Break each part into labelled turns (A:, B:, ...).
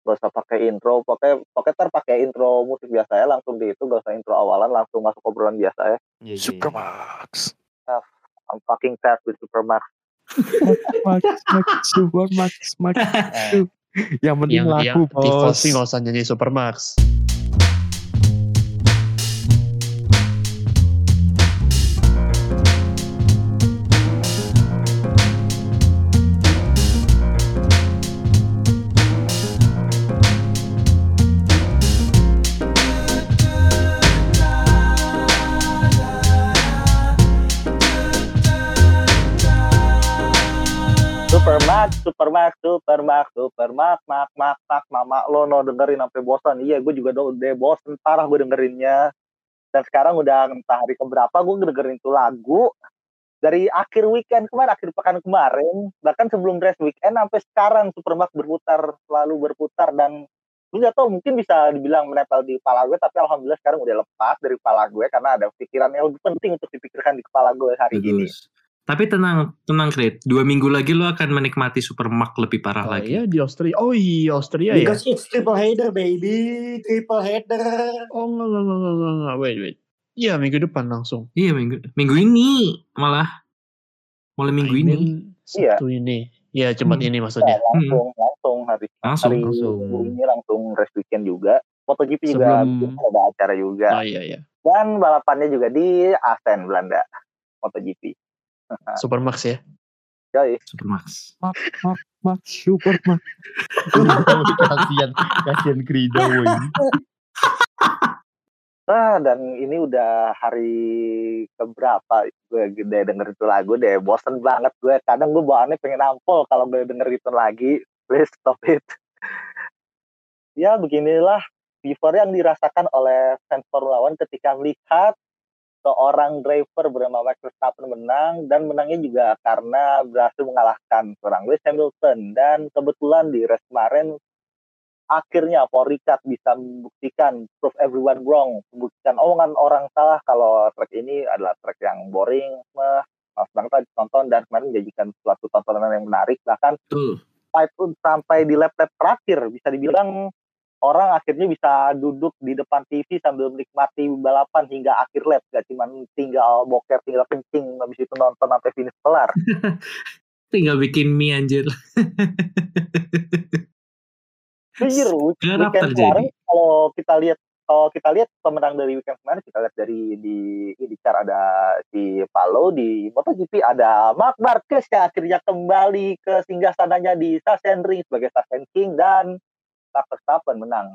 A: gak usah pakai intro, pokoknya ntar pakai intro musik biasa ya, langsung di itu, gak usah intro awalan, langsung masuk obrolan biasa ya.
B: Supermax.
A: I'm fucking fast with Supermax.
B: Supermax. Yang penting laku, bos.
C: Tivos sih gak usah nyanyi Supermax.
A: Supermax, mama lo no dengerin sampai bosan. Iya, gue juga udah bosan parah gue dengerinnya. Dan sekarang udah entah hari keberapa gue dengerin tuh lagu dari akhir pekan kemarin, bahkan sebelum rest weekend sampai sekarang Supermax selalu berputar, dan gue nggak tahu, mungkin bisa dibilang menempel di kepala gue, tapi alhamdulillah sekarang udah lepas dari kepala gue karena ada pikiran yang lebih penting untuk dipikirkan di kepala gue hari ini.
D: Tapi tenang Kret, 2 minggu lagi lo akan menikmati Supermax lebih parah lagi.
C: Iya di Austria. Oh iya Austria ya.
E: Because it's triple header baby, triple header.
C: Oh enggak. Wait. Iya minggu depan langsung.
D: Iya minggu ini malah. Mulai minggu ini.
C: Sabtu ini. Iya Jumat ini maksudnya.
A: Langsung hari ini langsung rest weekend juga. MotoGP juga ada acara juga.
C: Oh iya.
A: Dan balapannya juga di Assen Belanda. MotoGP.
C: Supermax ya.
D: Supermax.
B: Supermax. Kasian Krida woy.
A: Dan ini udah hari keberapa gue denger itu lagu deh, bosen banget gue. Kadang gue bawaannya pengen nampol kalau gue denger itu lagi. Please stop it. Ya beginilah fever yang dirasakan oleh fans Formula One ketika melihat seorang driver bernama Max Verstappen menang, dan menangnya juga karena berhasil mengalahkan seorang Lewis Hamilton. Dan kebetulan di race kemarin akhirnya Paul Ricard bisa membuktikan, prove everyone wrong, membuktikan omongan orang salah kalau track ini adalah track yang boring, senang tadi tonton, dan kemarin menjanjikan suatu tontonan yang menarik. Bahkan fight pun sampai di lap-lap terakhir, bisa dibilang orang akhirnya bisa duduk di depan TV sambil menikmati balapan hingga akhir lap, gak cuma tinggal boker, tinggal kencing, habis itu nonton sampai finish kelar.
D: Tinggal bikin mie anjir.
A: Weekend kemarin kalau kita lihat pemenang dari weekend kemarin, kita lihat dari di IndyCar ada si Palou, di MotoGP ada Marc Marquez yang akhirnya kembali ke singgasananya di Sachsenring sebagai Sachsenring, dan Max Verstappen menang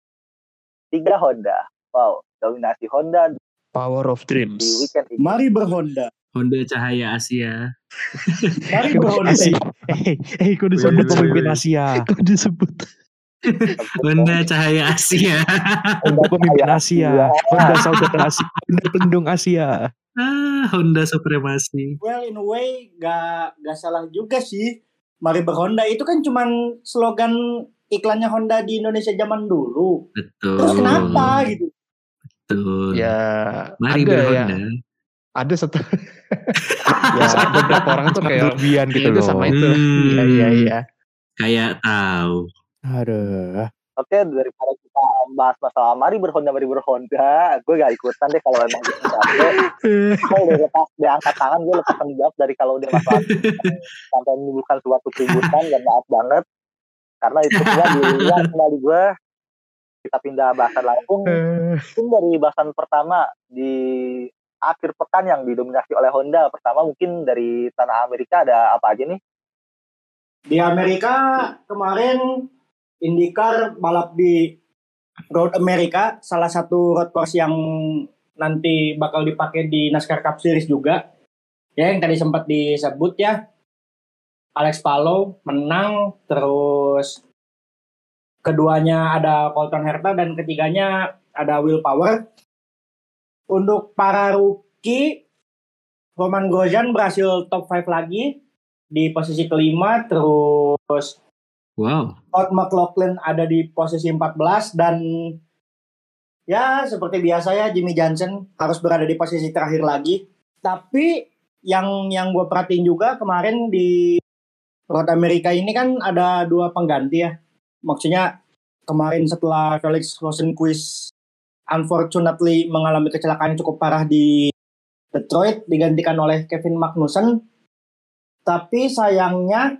A: 3 Honda. Wow, dominasi Honda.
C: Power of Dreams.
A: Di weekend ini.
E: Mari berhonda.
D: Honda Cahaya Asia.
E: Mari berhonda.
B: Kok disebut pemimpin Asia?
C: Kok disebut?
D: Honda Cahaya Asia.
B: Honda pemimpin Asia. Honda saudara Asia. Honda pendung Asia.
D: Honda supremasi.
E: Well, in a way gak salah juga sih. Mari berhonda itu kan cuman slogan iklannya Honda di Indonesia zaman dulu.
D: Betul.
E: Terus kenapa gitu?
D: Betul.
C: Ya,
D: mari berhonda.
C: Ya. Ada satu. Ya, beberapa orang tuh kayak
B: lebihan gitu loh.
C: Sama itu. Iya.
D: Kayak tahu.
B: Aduh.
A: Oke, daripada kita bahas masalah mari berhonda, gue gak ikutan deh kalau emang gitu. Gue udah lepas, angkat tangan, gue lepas tanggung jawab dari kalau udah masalah sampai menimbulkan suatu keributan, dan maaf banget. Karena itu semua di luar kembali gue. Kita pindah bahasan langsung. Mungkin dari bahasan pertama di akhir pekan yang didominasi oleh Honda. Pertama mungkin dari tanah Amerika ada apa aja nih?
E: Di Amerika kemarin IndyCar balap di Road America, salah satu road course yang nanti bakal dipakai di NASCAR Cup Series juga. Ya, yang tadi sempat disebut ya. Alex Palou menang, terus keduanya ada Colton Herta, dan ketiganya ada Will Power. Untuk para rookie, Roman Grosjean berhasil top 5 lagi di posisi kelima, terus Scott McLaughlin ada di posisi 14, dan ya seperti biasa ya Jimmy Johnson harus berada di posisi terakhir lagi. Tapi yang gue perhatiin juga kemarin di Road America ini kan ada 2 pengganti ya. Maksudnya kemarin setelah Felix Rosenqvist unfortunately mengalami kecelakaan cukup parah di Detroit, digantikan oleh Kevin Magnussen. Tapi sayangnya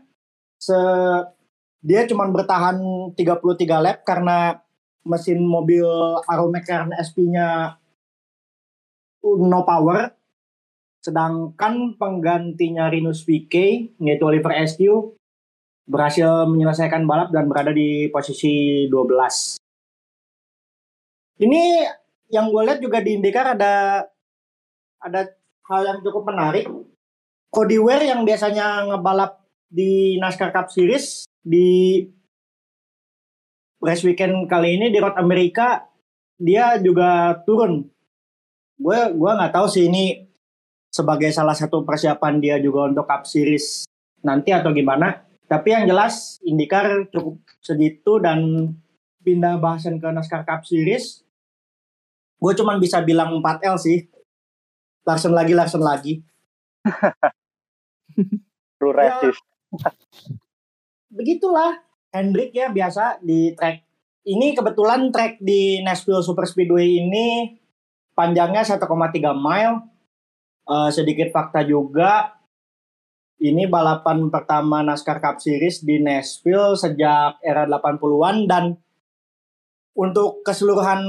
E: dia cuma bertahan 33 lap karena mesin mobil Arrow McLaren SP-nya no power. Sedangkan penggantinya Rinus VeeKay, yaitu Oliver Askew, berhasil menyelesaikan balap dan berada di posisi 12. Ini yang gue lihat juga di IndyCar ada hal yang cukup menarik. Cody Ware yang biasanya ngebalap di NASCAR Cup Series di race weekend kali ini di Road America, dia juga turun. Gue nggak tahu sih ini sebagai salah satu persiapan dia juga untuk Cup Series nanti atau gimana. Tapi yang jelas IndyCar cukup segitu dan pindah bahasan ke NASCAR Cup Series. Gue cuma bisa bilang 4L sih. Larson lagi.
A: True racist.
E: Begitulah. Hendrick ya biasa di track. Ini kebetulan track di Nashville Super Speedway ini panjangnya 1,3 mile. Sedikit fakta juga, ini balapan pertama NASCAR Cup Series di Nashville sejak era 80-an dan untuk keseluruhan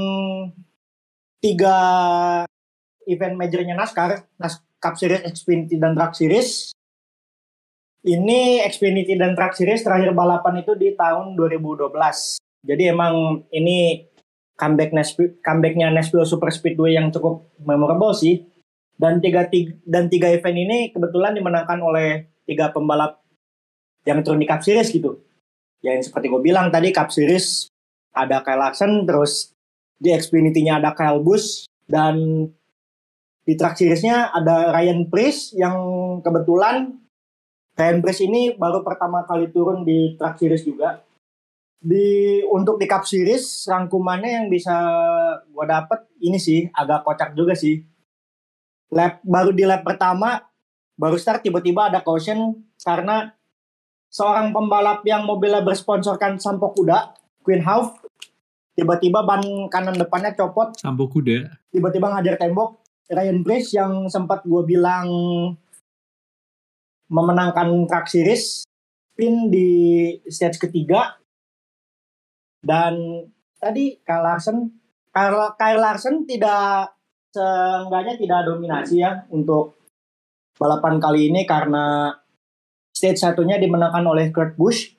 E: 3 event majornya NASCAR Cup Series, Xfinity, dan Truck Series. Ini Xfinity dan Truck Series terakhir balapan itu di tahun 2012. Jadi emang ini comebacknya Nashville Super Speedway yang cukup memorable sih. Dan tiga event ini kebetulan dimenangkan oleh 3 pembalap yang turun di Cup Series gitu. Yang seperti gue bilang tadi, Cup Series ada Kyle Larson, terus di Xfinity-nya ada Kyle Busch, dan di Truck Series-nya ada Ryan Preece yang kebetulan Ryan Preece ini baru pertama kali turun di Truck Series juga. Untuk di Cup Series, rangkumannya yang bisa gue dapet ini sih agak kocak juga sih. Baru di lap pertama, baru start tiba-tiba ada caution karena seorang pembalap yang mobilnya bersponsorkan sampo kuda, Queen Houff, tiba-tiba ban kanan depannya copot.
D: Sampo kuda.
E: Tiba-tiba ngajar tembok. Ryan Preece yang sempat gue bilang memenangkan Truck Series, pin di stage ketiga. Dan tadi Kyle Larson seenggaknya tidak dominasi ya untuk balapan kali ini karena stage satunya dimenangkan oleh Kurt Busch.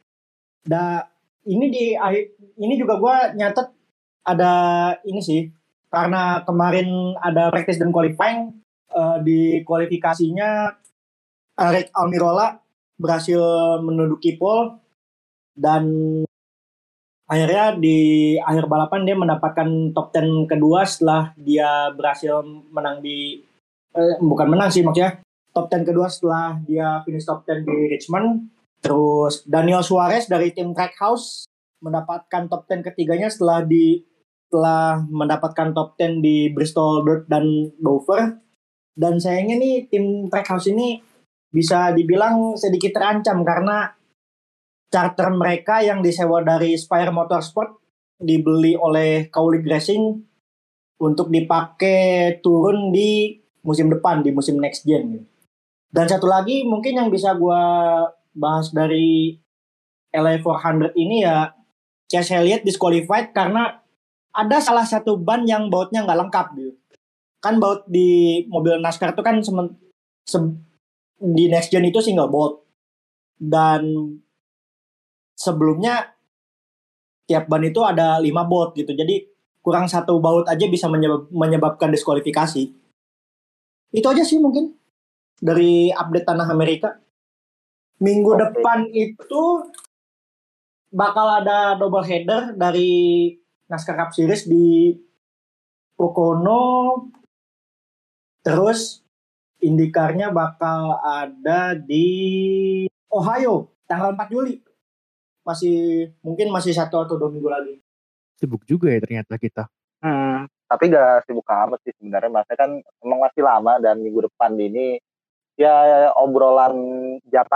E: Ini juga gue nyatet ada ini sih, karena kemarin ada practice dan qualifying. Di kualifikasinya Aric Almirola berhasil menduduki pole dan akhirnya di akhir balapan dia mendapatkan top 10 kedua setelah dia berhasil menang bukan menang sih maksudnya, top 10 kedua setelah dia finish top 10 di Richmond. Terus Daniel Suarez dari tim Trackhouse mendapatkan top 10 ketiganya setelah mendapatkan top 10 di Bristol Dirt dan Dover. Dan sayangnya nih tim Trackhouse ini bisa dibilang sedikit terancam karena charter mereka yang disewa dari Spire Motorsport dibeli oleh Kaulig Racing untuk dipakai turun di musim depan, di musim next gen. Dan satu lagi mungkin yang bisa gue bahas dari LA 400 ini ya, Chase Elliott disqualified karena ada salah satu ban yang bautnya nggak lengkap gitu. Kan baut di mobil NASCAR itu kan di next gen itu single baut. Dan sebelumnya tiap ban itu ada 5 baut gitu. Jadi kurang 1 baut aja bisa menyebabkan diskualifikasi. Itu aja sih mungkin dari update Tanah Amerika. Minggu depan itu bakal ada double header dari NASCAR Cup Series di Pocono. Terus IndyCar-nya bakal ada di Ohio tanggal 4 Juli. Mungkin masih 1 atau 2 minggu lagi.
B: Sibuk juga ya ternyata kita.
A: Tapi gak sibuk amat sih sebenarnya. Maksudnya kan emang masih lama dan minggu depan ini ya obrolan jatah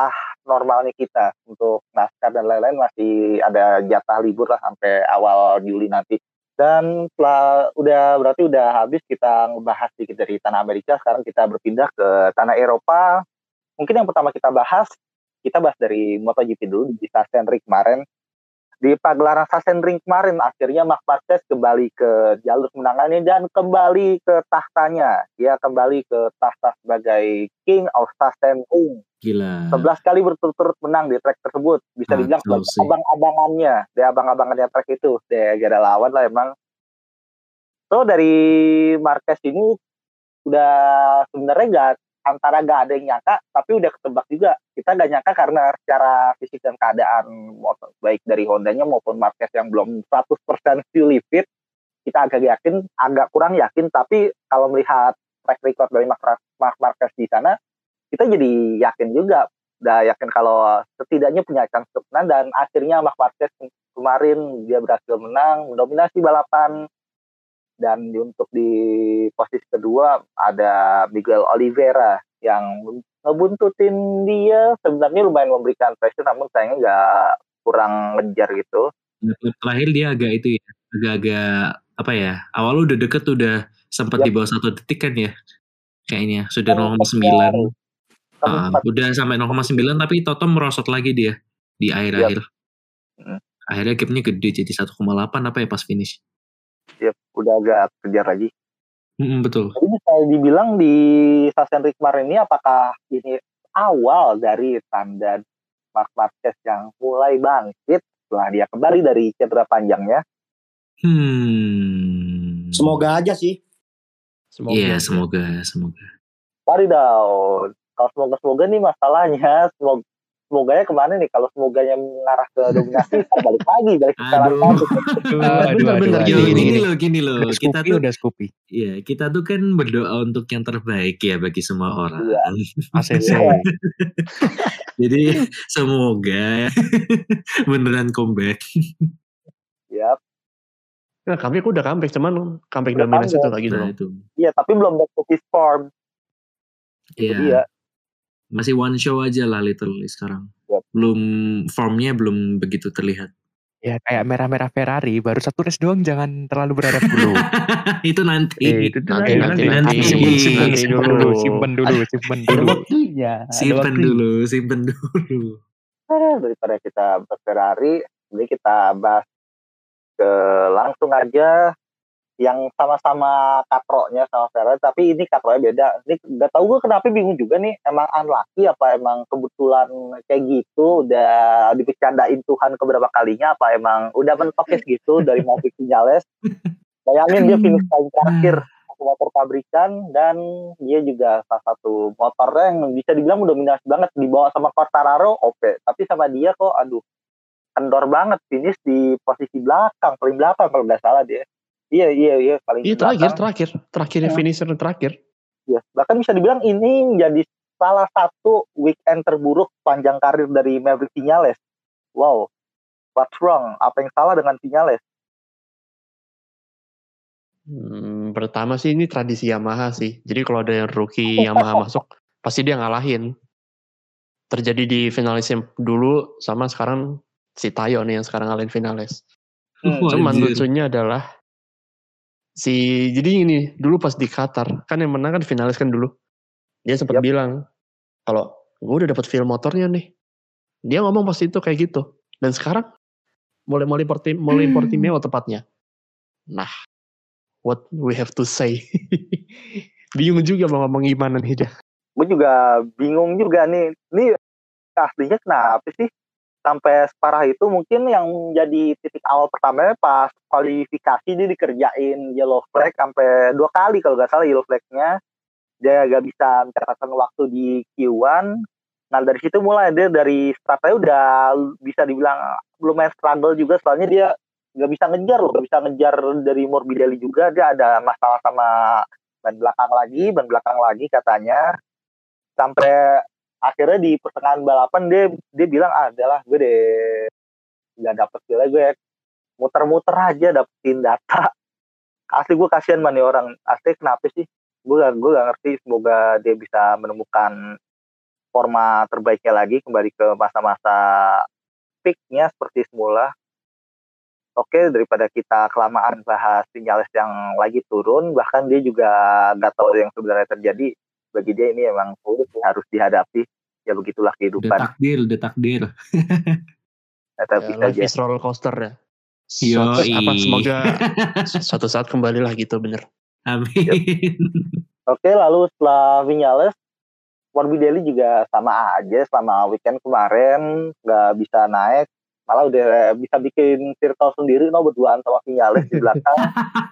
A: normalnya kita untuk NASCAR dan lain-lain masih ada jatah libur lah sampai awal Juli nanti. Dan berarti udah habis kita ngebahas sedikit dari tanah Amerika. Sekarang kita berpindah ke tanah Eropa. Mungkin yang pertama kita bahas dari MotoGP dulu di Sachsenring kemarin. Di pagelaran Sachsenring kemarin akhirnya Marc Marquez kembali ke jalur kemenangannya dan kembali ke tahtanya. Dia kembali ke tahta sebagai King of Sachsenring.
D: Gila.
A: 11 kali berturut-turut menang di track tersebut. Bisa dibilang abang-abangannya track itu. Dia gak ada lawan lah emang. So dari Marquez ini udah sebenarnya antara gak ada yang nyangka, tapi udah ketebak juga. Kita gak nyangka karena secara fisik dan keadaan baik dari Hondanya maupun Marquez yang belum 100% fully fit, kita agak kurang yakin. Tapi kalau melihat track record dari Marc Marquez di sana, kita jadi yakin juga. Udah yakin kalau setidaknya punya chance untuk menang, dan akhirnya Marc Marquez kemarin dia berhasil menang, mendominasi balapan. Dan untuk di posisi kedua ada Miguel Oliveira yang ngebuntutin dia, sebenarnya lumayan memberikan pressure, namun sayangnya nggak, kurang ngejar gitu.
D: Terakhir dia agak-agak apa ya, awal udah deket, udah sempat di bawah 1 detik kan ya kayaknya, sudah 0,9. Udah sampai 0,9 tapi Toto merosot lagi dia di akhir-akhir. Akhirnya gapnya gede jadi 1,8 apa ya pas finish.
A: Udah agak kejar lagi.
D: Betul.
A: Jadi saya dibilang di Sachsenring kemarin ini, apakah ini awal dari tanda Marc Marquez yang mulai bangkit setelah dia kembali dari cedera panjangnya?
E: Semoga aja sih.
D: Iya, semoga.
A: Wadidaw, kalau semoga nih masalahnya, semoganya kemana nih? Kalau semoganya mengarah ke dominasi, balik ke jalan
C: Bener-bener
D: gini loh.
B: Udah Scoopy.
D: Iya, kita tuh kan berdoa untuk yang terbaik ya bagi semua orang.
A: Iya.
B: ACC.
D: Jadi semoga beneran comeback.
A: Yap.
C: Nah, comeback udah comeback, cuman comeback dominasi tuh lagi gitu.
A: Iya, tapi belum back to his form. Itu dia.
D: Masih one show aja lah literally sekarang. Belum, formnya belum begitu terlihat.
B: Ya kayak merah-merah Ferrari, baru 1 race doang, jangan terlalu berharap dulu.
D: Itu nanti.
C: Nanti
B: Simpen dulu.
D: Simpen dulu.
A: Daripada kita berferrari, jadi kita bahas langsung aja yang sama-sama katroknya sama Ferrari, tapi ini katroknya beda. Ini gak tau gue kenapa, bingung juga nih, emang unlucky apa emang kebetulan kayak gitu, udah dibecandain Tuhan keberapa kalinya, apa emang udah mentokis gitu dari Maverick Vinales. Bayangin dia finish paling terakhir motor pabrikan, dan dia juga salah satu motornya yang bisa dibilang dominasi banget, dibawa sama Quartararo, oke, tapi sama dia kok kendor banget, finish di posisi paling belakang kalau nggak salah dia. Iya paling
C: terakhir finisher terakhir.
A: Iya, bahkan bisa dibilang ini menjadi salah satu weekend terburuk panjang karir dari Maverick Vinales. Wow, what's wrong? Apa yang salah dengan Vinales?
C: Pertama sih ini tradisi Yamaha sih. Jadi kalau ada yang rookie Yamaha masuk, pasti dia ngalahin. Terjadi di Vinales dulu, sama sekarang si Tayo nih yang sekarang ngalahin Vinales. Cuman lucunya adalah jadi ini dulu pas di Qatar kan yang menang kan Vinales kan dulu, dia sempat bilang kalau gue udah dapat feel motornya nih, dia ngomong pas itu kayak gitu. Dan sekarang mulai Portimao tepatnya. Nah, what we have to say? Bingung juga mau ngomong gimana nih dia.
A: Gue juga bingung juga nih. Ini aslinya kenapa sih sampai separah itu? Mungkin yang jadi titik awal pertamanya pas kualifikasi dia dikerjain yellow flag sampai 2 kali kalau nggak salah yellow flagnya. Dia gak bisa mencatatkan waktu di Q1. Nah dari situ mulai dia dari startnya udah bisa dibilang lumayan struggle juga, soalnya dia gak bisa ngejar dari Morbidelli juga. Dia ada masalah sama ban belakang lagi katanya, sampai akhirnya di pertengahan balapan dia bilang adalah gue nggak dapet gila, gue muter-muter aja dapetin data. Asli gue kasihan nih orang, asli kenapa sih, gue gak ngerti. Semoga dia bisa menemukan forma terbaiknya lagi, kembali ke masa-masa peak-nya seperti semula. Oke, daripada kita kelamaan bahas Vinales yang lagi turun, bahkan dia juga nggak tahu yang sebenarnya terjadi. Bagi dia ini emang harus dihadapi. Ya begitulah kehidupan.
D: Udah takdir.
A: Tapi
C: life
A: saja.
C: is roller coaster ya.
D: Yoi.
C: Semoga suatu saat kembali lah gitu, bener.
D: Amin.
A: Oke, lalu setelah Vinales, Morbidelli juga sama aja selama weekend kemarin nggak bisa naik, malah udah bisa bikin circle sendiri berduaan sama Vinales di belakang.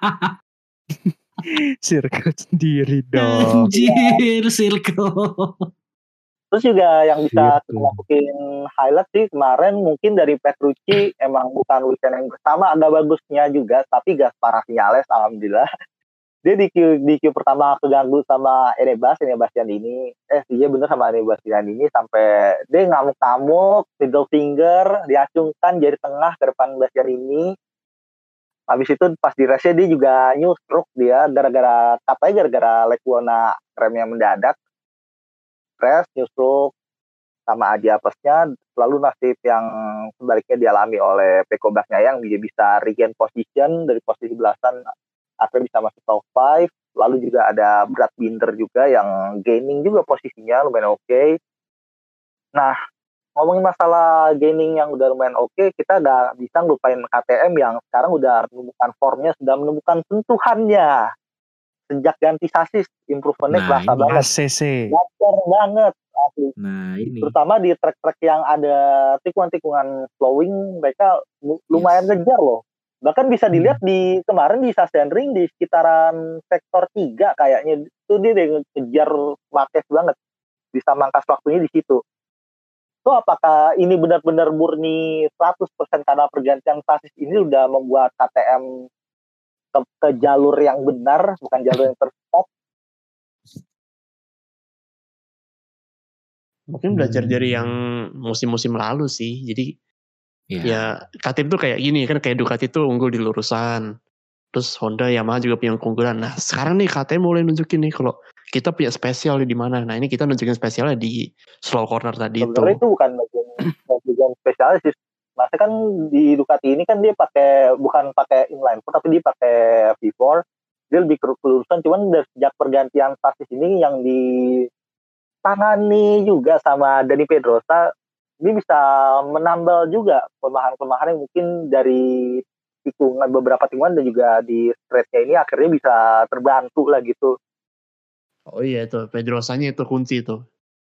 B: Circle sendiri dong.
D: Anjir, circle.
A: Terus juga yang bisa
B: Gitu.
A: kita masukin highlight sih kemarin mungkin dari Petrucci, emang bukan weekend yang sama, ada bagusnya juga, tapi gak separah Vinales, alhamdulillah. Dia di Q pertama keganggu sama Bastian ini. Iya bener sama Bastian ini, sampai dia ngamuk-ngamuk, middle finger, diacungkan jari tengah ke depan Bastian ini. Habis itu pas di race dia juga new stroke dia, gara-gara Lecuona remnya mendadak. Crash, new stroke, sama aja apesnya. Lalu nasib yang sebaliknya dialami oleh Pecco Bagnaia yang dia bisa regain position dari posisi belasan, akhirnya bisa masuk top 5. Lalu juga ada Brad Binder juga yang gaining juga posisinya lumayan oke. Nah, ngomongin masalah gaining yang udah lumayan oke, kita nggak bisa ngelupain KTM yang sekarang udah menemukan formnya, sudah menemukan sentuhannya. Sejak ganti sasis, improvementnya kerasa banget.
B: ACC.
A: Gacor banget. Asli.
D: Nah ini.
A: Terutama di track-track yang ada tikungan-tikungan flowing, mereka lumayan ngejar loh. Bahkan bisa dilihat di kemarin di Sachsenring di sekitaran sektor 3 kayaknya itu dia ngejar Marquez banget, bisa mangkas waktunya di situ. So apakah ini benar-benar murni 100% karena pergantian sasis ini udah membuat KTM ke jalur yang benar, bukan jalur yang tersesat?
C: Mungkin belajar dari yang musim-musim lalu sih. Jadi ya KTM tuh kayak gini kan, kayak Ducati tuh unggul di lurusan. Terus Honda, Yamaha juga punya keunggulan. Nah sekarang nih KTM mulai nunjukin nih kalau kita punya spesial di mana. Nah ini kita nunjukin spesialnya di slow corner tadi.
A: Sebenarnya itu bukan bagian spesialis. Maksudnya kan di Ducati ini kan dia bukan pakai inline four, tapi dia pakai V4. Dia lebih kelurusan, cuman dari sejak pergantian sasis ini yang ditangani juga sama Dani Pedrosa, dia bisa menambal juga kelemahan-kelemahan yang mungkin dari beberapa tikungan dan juga di straight-nya ini akhirnya bisa terbantu lah gitu.
C: Oh iya itu Pedrosanya itu kunci itu.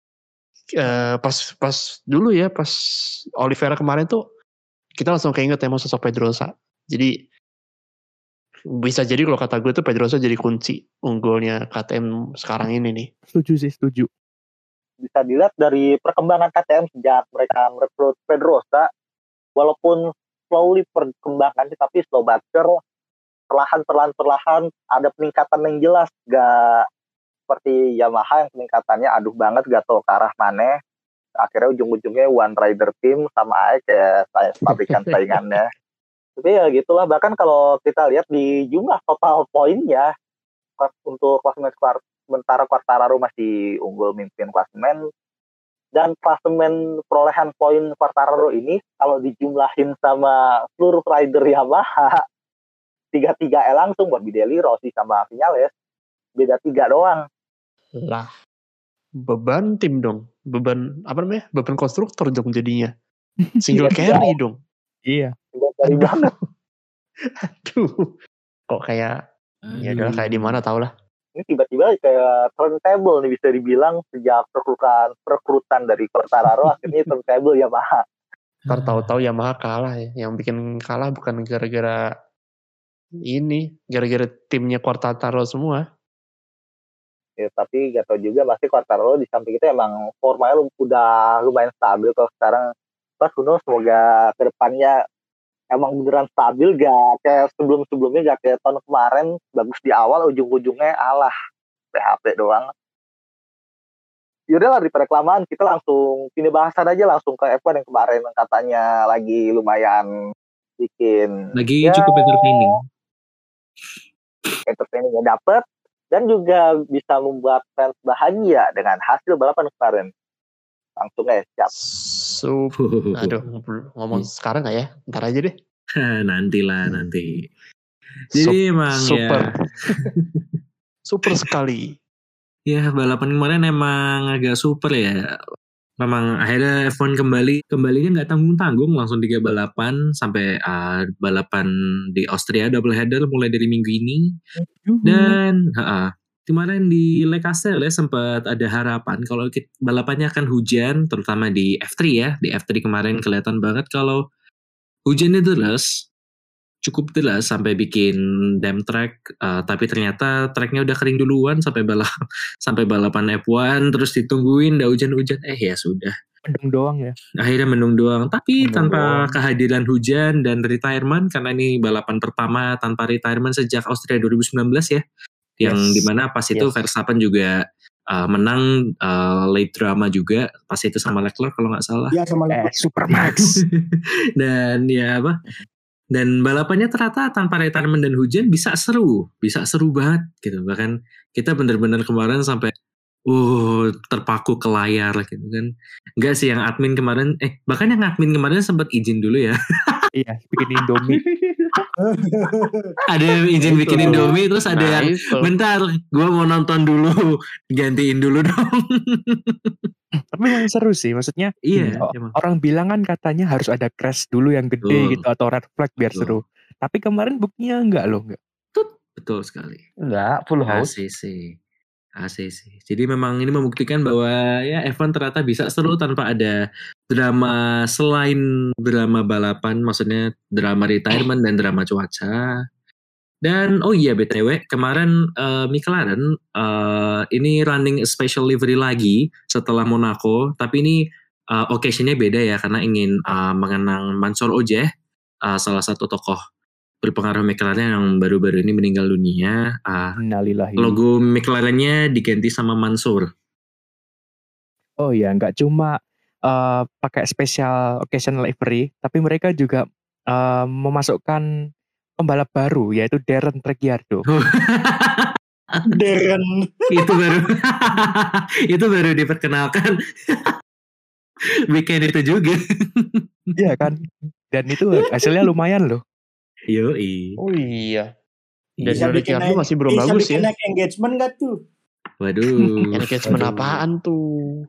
C: Pas dulu ya, pas Oliveira kemarin tuh kita langsung keinget emang sosok Pedrosa. Jadi bisa jadi kalau kata gue tuh Pedrosa jadi kunci unggulnya KTM sekarang ini nih.
B: Setuju.
A: Bisa dilihat dari perkembangan KTM sejak mereka merekrut Pedrosa, walaupun slowly perkembangannya, tapi slow but sure, perlahan ada peningkatan yang jelas, gak seperti Yamaha yang peningkatannya aduh banget, gak tahu ke arah mana. Akhirnya ujung-ujungnya one rider team sama aja kayak pabrikan saingannya. Tapi ya gitulah, bahkan kalau kita lihat di jumlah total poinnya untuk klasemen sementara Quartararo masih unggul mimpin klasemen, dan klasemen perolehan poin Quartararo ini kalau dijumlahin sama seluruh rider Yamaha 3-3 langsung buat Morbidelli, Rossi sama Vinales, beda 3 doang.
C: Lah beban tim dong, beban konstruktor dong jadinya, single carry dong.
B: Iya.
A: Single carry banget.
C: Aduh, kok kayak ya udah kayak di mana tau lah.
A: Ini tiba-tiba kayak turntable nih bisa dibilang, sejak perekrutan dari Quartararo akhirnya turntable Yamaha.
C: Ntar tahu-tahu Yamaha kalah ya. Yang bikin kalah bukan gara-gara timnya Quartararo semua.
A: Ya, tapi gak tau juga, masih Quartararo di samping itu emang formanya udah lumayan stabil kalau sekarang. Pas semoga kedepannya emang beneran stabil, gak kayak sebelum-sebelumnya, gak kayak tahun kemarin bagus di awal, ujung-ujungnya alah PHP doang. Yaudah lah, daripada kelamaan kita langsung pindah bahasan aja langsung ke F1 yang kemarin katanya lagi lumayan bikin
D: cukup
A: entertainingnya dapet, dan juga bisa membuat fans bahagia dengan hasil balapan kemarin. langsung siap.
C: Aduh, ngomong sekarang nggak ya? Ntar aja deh.
D: Nantilah nanti. Jadi emang
C: super.
D: ya
C: Super sekali.
D: ya balapan kemarin emang agak super ya. Memang akhirnya F1 kembalinya nggak tanggung-tanggung, langsung 3 balapan sampai balapan di Austria double header mulai dari minggu ini. Dan kemarin di Le Castel ya sempat ada harapan kalau balapannya akan hujan, terutama di F3 ya. Di F3 kemarin kelihatan banget kalau hujannya deras, cukup deras sampai bikin dam track, tapi ternyata tracknya udah kering duluan sampai balapan F1, terus ditungguin udah hujan-hujan, ya sudah.
B: Mendung doang ya.
D: Akhirnya mendung doang, tapi
C: Mendung
D: tanpa
C: doang.
D: kehadiran hujan dan retirement, karena ini balapan pertama tanpa retirement sejak Austria 2019 ya, yang dimana pas itu Verstappen juga menang late drama juga, pas itu sama Leclerc kalau nggak salah.
E: Iya sama Leclerc.
B: Supermax.
D: Dan dan balapannya ternyata tanpa retirement dan hujan bisa seru banget gitu. Bahkan kita benar-benar kemarin sampai terpaku ke layar gitu kan. Enggak sih yang admin kemarin, bahkan yang admin kemarin sempat izin dulu ya.
B: Iya, bikin Indomie.
D: Ada izin bikin Indomie, terus ada yang bentar, gue mau nonton dulu, gantiin dulu dong.
B: Tapi memang seru sih, maksudnya orang bilang kan katanya harus ada crash dulu yang gede gitu atau red flag biar seru. Tapi kemarin buktinya enggak.
D: Betul sekali.
A: Enggak, full house.
D: ACC. Jadi memang ini membuktikan bahwa ya F1 ternyata bisa seru tanpa ada drama selain drama balapan, maksudnya drama retirement dan drama cuaca. Dan BTW kemarin McLaren ini running special livery lagi setelah Monaco, tapi ini occasionnya beda ya karena ingin mengenang Mansour Ojeh, salah satu tokoh berpengaruh McLaren yang baru-baru ini meninggal dunia. Logo McLaren-nya diganti sama Mansour.
B: Oh ya, nggak cuma pakai special occasion livery, tapi mereka juga memasukkan pembalap baru yaitu Darren Ricciardo.
E: Darren
D: itu baru diperkenalkan weekend itu juga.
B: Iya kan, dan itu hasilnya lumayan loh.
D: Yoi.
C: Oh iya. Dan Ricciardo masih belum bagus ya.
E: Bisa bikin engagement gak tuh?
D: Waduh.
C: Engagement apaan tuh?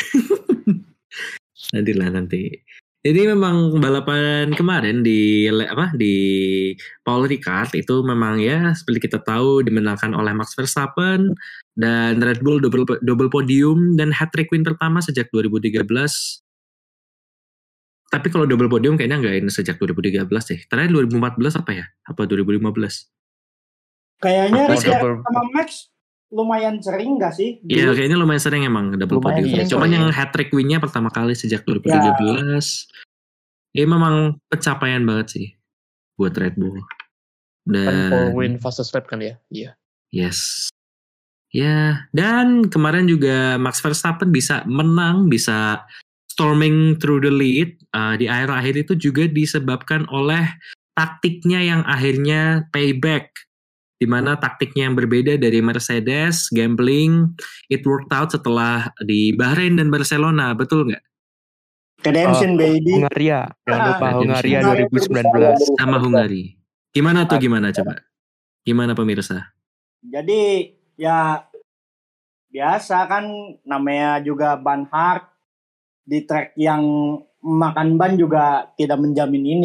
D: Nanti. Jadi memang balapan kemarin di Paul Ricard itu memang ya seperti kita tahu dimenangkan oleh Max Verstappen dan Red Bull double podium dan hat-trick win pertama sejak 2013. Tapi kalau double podium kayaknya nggak ini sejak 2013 deh. Terakhir 2014 apa ya? Apa 2015?
E: Kayaknya Ricciardo sama Max lumayan sering nggak sih?
D: Iya, kayaknya lumayan sering emang double podium. Cuman yang hat-trick win-nya pertama kali sejak 2013. Ya memang pencapaian banget sih buat Red Bull. Dan
C: pole win fastest lap kan ya? Iya.
D: Yes. Ya, dan kemarin juga Max Verstappen bisa menang, bisa storming through the lead di akhir-akhir itu juga disebabkan oleh taktiknya yang akhirnya payback, di mana taktiknya yang berbeda dari Mercedes, gambling, it worked out setelah di Bahrain dan Barcelona, betul nggak?
E: Redemption baby.
B: Hungaria, jangan lupa Hungaria 2019.
D: Sama Hungari. Gimana coba? Gimana pemirsa?
E: Jadi ya biasa kan namanya juga ban hard. Di track yang makan ban juga tidak menjamin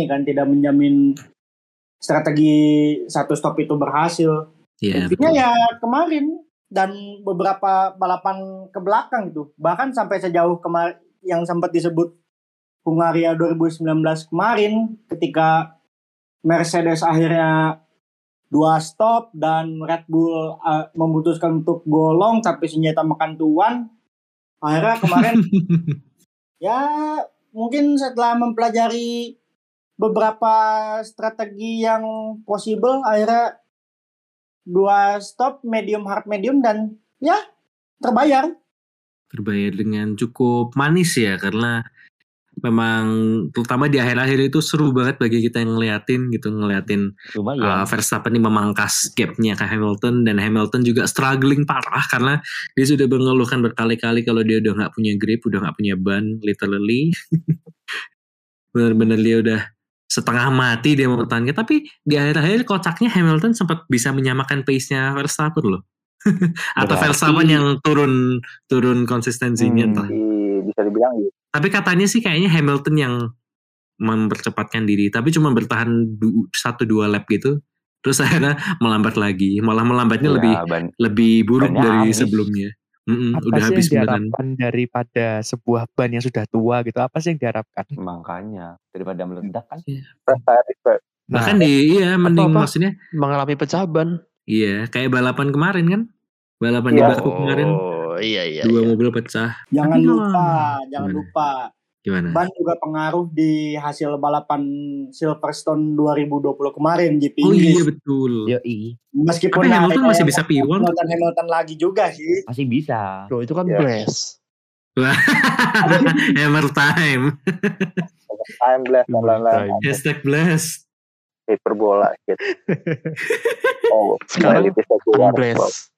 E: strategi satu stop itu berhasil. Intinya ya kemarin dan beberapa balapan ke belakang gitu, bahkan sampai sejauh kemarin yang sempat disebut Hungaria 2019 kemarin ketika Mercedes akhirnya 2 stop dan Red Bull memutuskan untuk golong tapi senjata makan tuan. Akhirnya kemarin ya mungkin setelah mempelajari beberapa strategi yang possible akhirnya 2 stop medium hard medium dan ya terbayar
D: dengan cukup manis ya karena memang terutama di akhir-akhir itu seru banget bagi kita yang ngeliatin
F: Lumayan.
D: Verstappen ini memangkas gapnya ke Hamilton, dan Hamilton juga struggling parah karena dia sudah mengeluhkan berkali-kali kalau dia udah nggak punya grip, udah nggak punya ban, literally. Bener-bener dia udah setengah mati dia mempertahankan, tapi di akhir-akhir kocaknya Hamilton sempat bisa menyamakan pace-nya Verstappen loh. Atau
F: Berarti-
D: Verstappen yang turun konsistensinya entah.
A: Bisa dibilang gitu.
D: Tapi katanya sih kayaknya Hamilton yang mempercepatkan diri, tapi cuma bertahan 1-2 lap gitu, terus akhirnya melambat lagi, malah melambatnya
F: Iya,
D: lebih buruk
F: bannya
D: dari
F: habis.
D: sebelumnya.
B: Apa
D: Udah
B: sih
D: habis
B: yang
D: beneran.
B: diharapkan daripada sebuah ban yang sudah tua gitu? Apa sih yang diharapkan?
F: Makanya daripada meledak kan.
D: Bahkan mending
C: Apa-apa?
D: maksudnya
C: Mengalami pecah ban.
D: iya kayak balapan kemarin kan, balapan di
A: Iya.
D: Baku kemarin
C: Iya.
D: 2 mobil pecah.
E: Jangan
D: Tapi
E: jangan
D: gimana?
E: lupa.
D: Gimana?
E: Ban juga pengaruh di hasil balapan Silverstone 2020 kemarin GP
D: Oh
E: Inggris.
D: iya betul.
F: Yoi,
E: Meskipun
D: Tapi Hamilton
E: ada
D: masih
E: yang
D: bisa P1.
E: Hamilton lagi juga sih.
F: masih bisa.
C: Loh itu kan
A: Iya.
C: blast.
D: Hammer time.
A: Time blast dan lain-lain.
D: Hashtag blast.
A: Hiperbola gitu. Oh,
C: Sekarang
A: reality saya keluar.
C: Blast.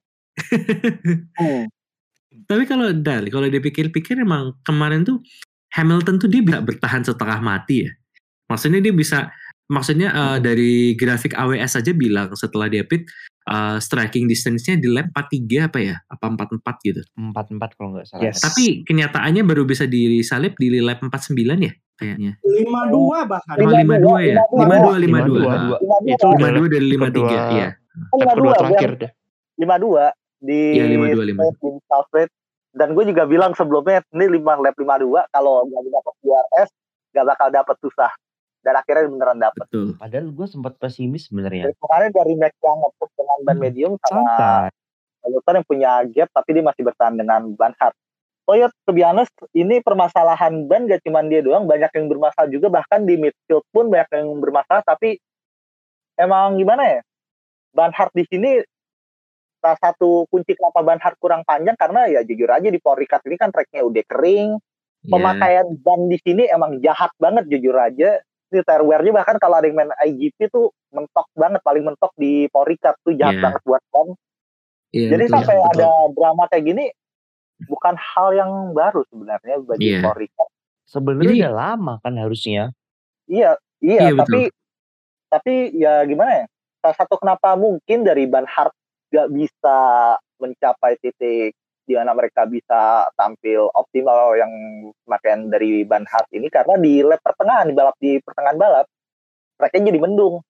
D: Tapi kalau dipikir-pikir emang kemarin tuh Hamilton tuh dia bisa bertahan setengah mati ya. Maksudnya dia bisa, dari grafik AWS aja bilang setelah dia pit, striking distance-nya di lap 43 apa ya? Apa 44 gitu.
F: 4-4 kalau nggak salah.
B: Yes.
D: Tapi kenyataannya baru bisa disalip di lap 49 ya kayaknya.
E: 52 bahkan.
D: Oh 52 ya? 52.
C: 52. Itu
D: 52 dari 53, iya.
C: Lap kedua terakhir deh.
A: 52 di
D: Iya, 52.
A: di South Street. Dan gue juga bilang sebelumnya ini lap 52 kalau nggak dapat DRS nggak bakal dapat susah. Dan akhirnya beneran dapat.
D: Betul.
F: Padahal gue sempat pesimis sebenarnya.
A: Kemarin dari Max yang nge-push dengan ban medium sama
B: Santai.
A: Hamilton yang punya gap tapi dia masih bertahan dengan ban hard. Oh ya, to be honest, ini permasalahan ban gak cuma dia doang, banyak yang bermasalah juga, bahkan di midfield pun banyak yang bermasalah, tapi emang gimana ya, ban hard di sini salah satu kunci kenapa ban hard kurang panjang, karena ya jujur aja di Paul Ricard ini kan tracknya udah kering, pemakaian ban di sini emang jahat banget jujur aja. Ini tire wear-nya bahkan kalau ada yang main IGP tuh mentok banget, paling mentok di Paul Ricard tuh jahat banget buat ban. Jadi
D: betul,
A: sampai ada drama kayak gini bukan hal yang baru sebenarnya bagi Paul Ricard.
F: Sebenarnya udah lama kan harusnya.
A: Iya,
D: betul.
A: tapi ya gimana ya? Salah satu kenapa mungkin dari ban hard gak bisa mencapai titik di mana mereka bisa tampil optimal yang pemakaian dari ban hard ini karena di lap pertengahan, di pertengahan balap tracknya jadi mendung.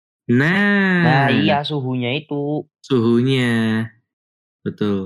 D: Nah
F: iya suhunya itu.
D: Suhunya. Betul.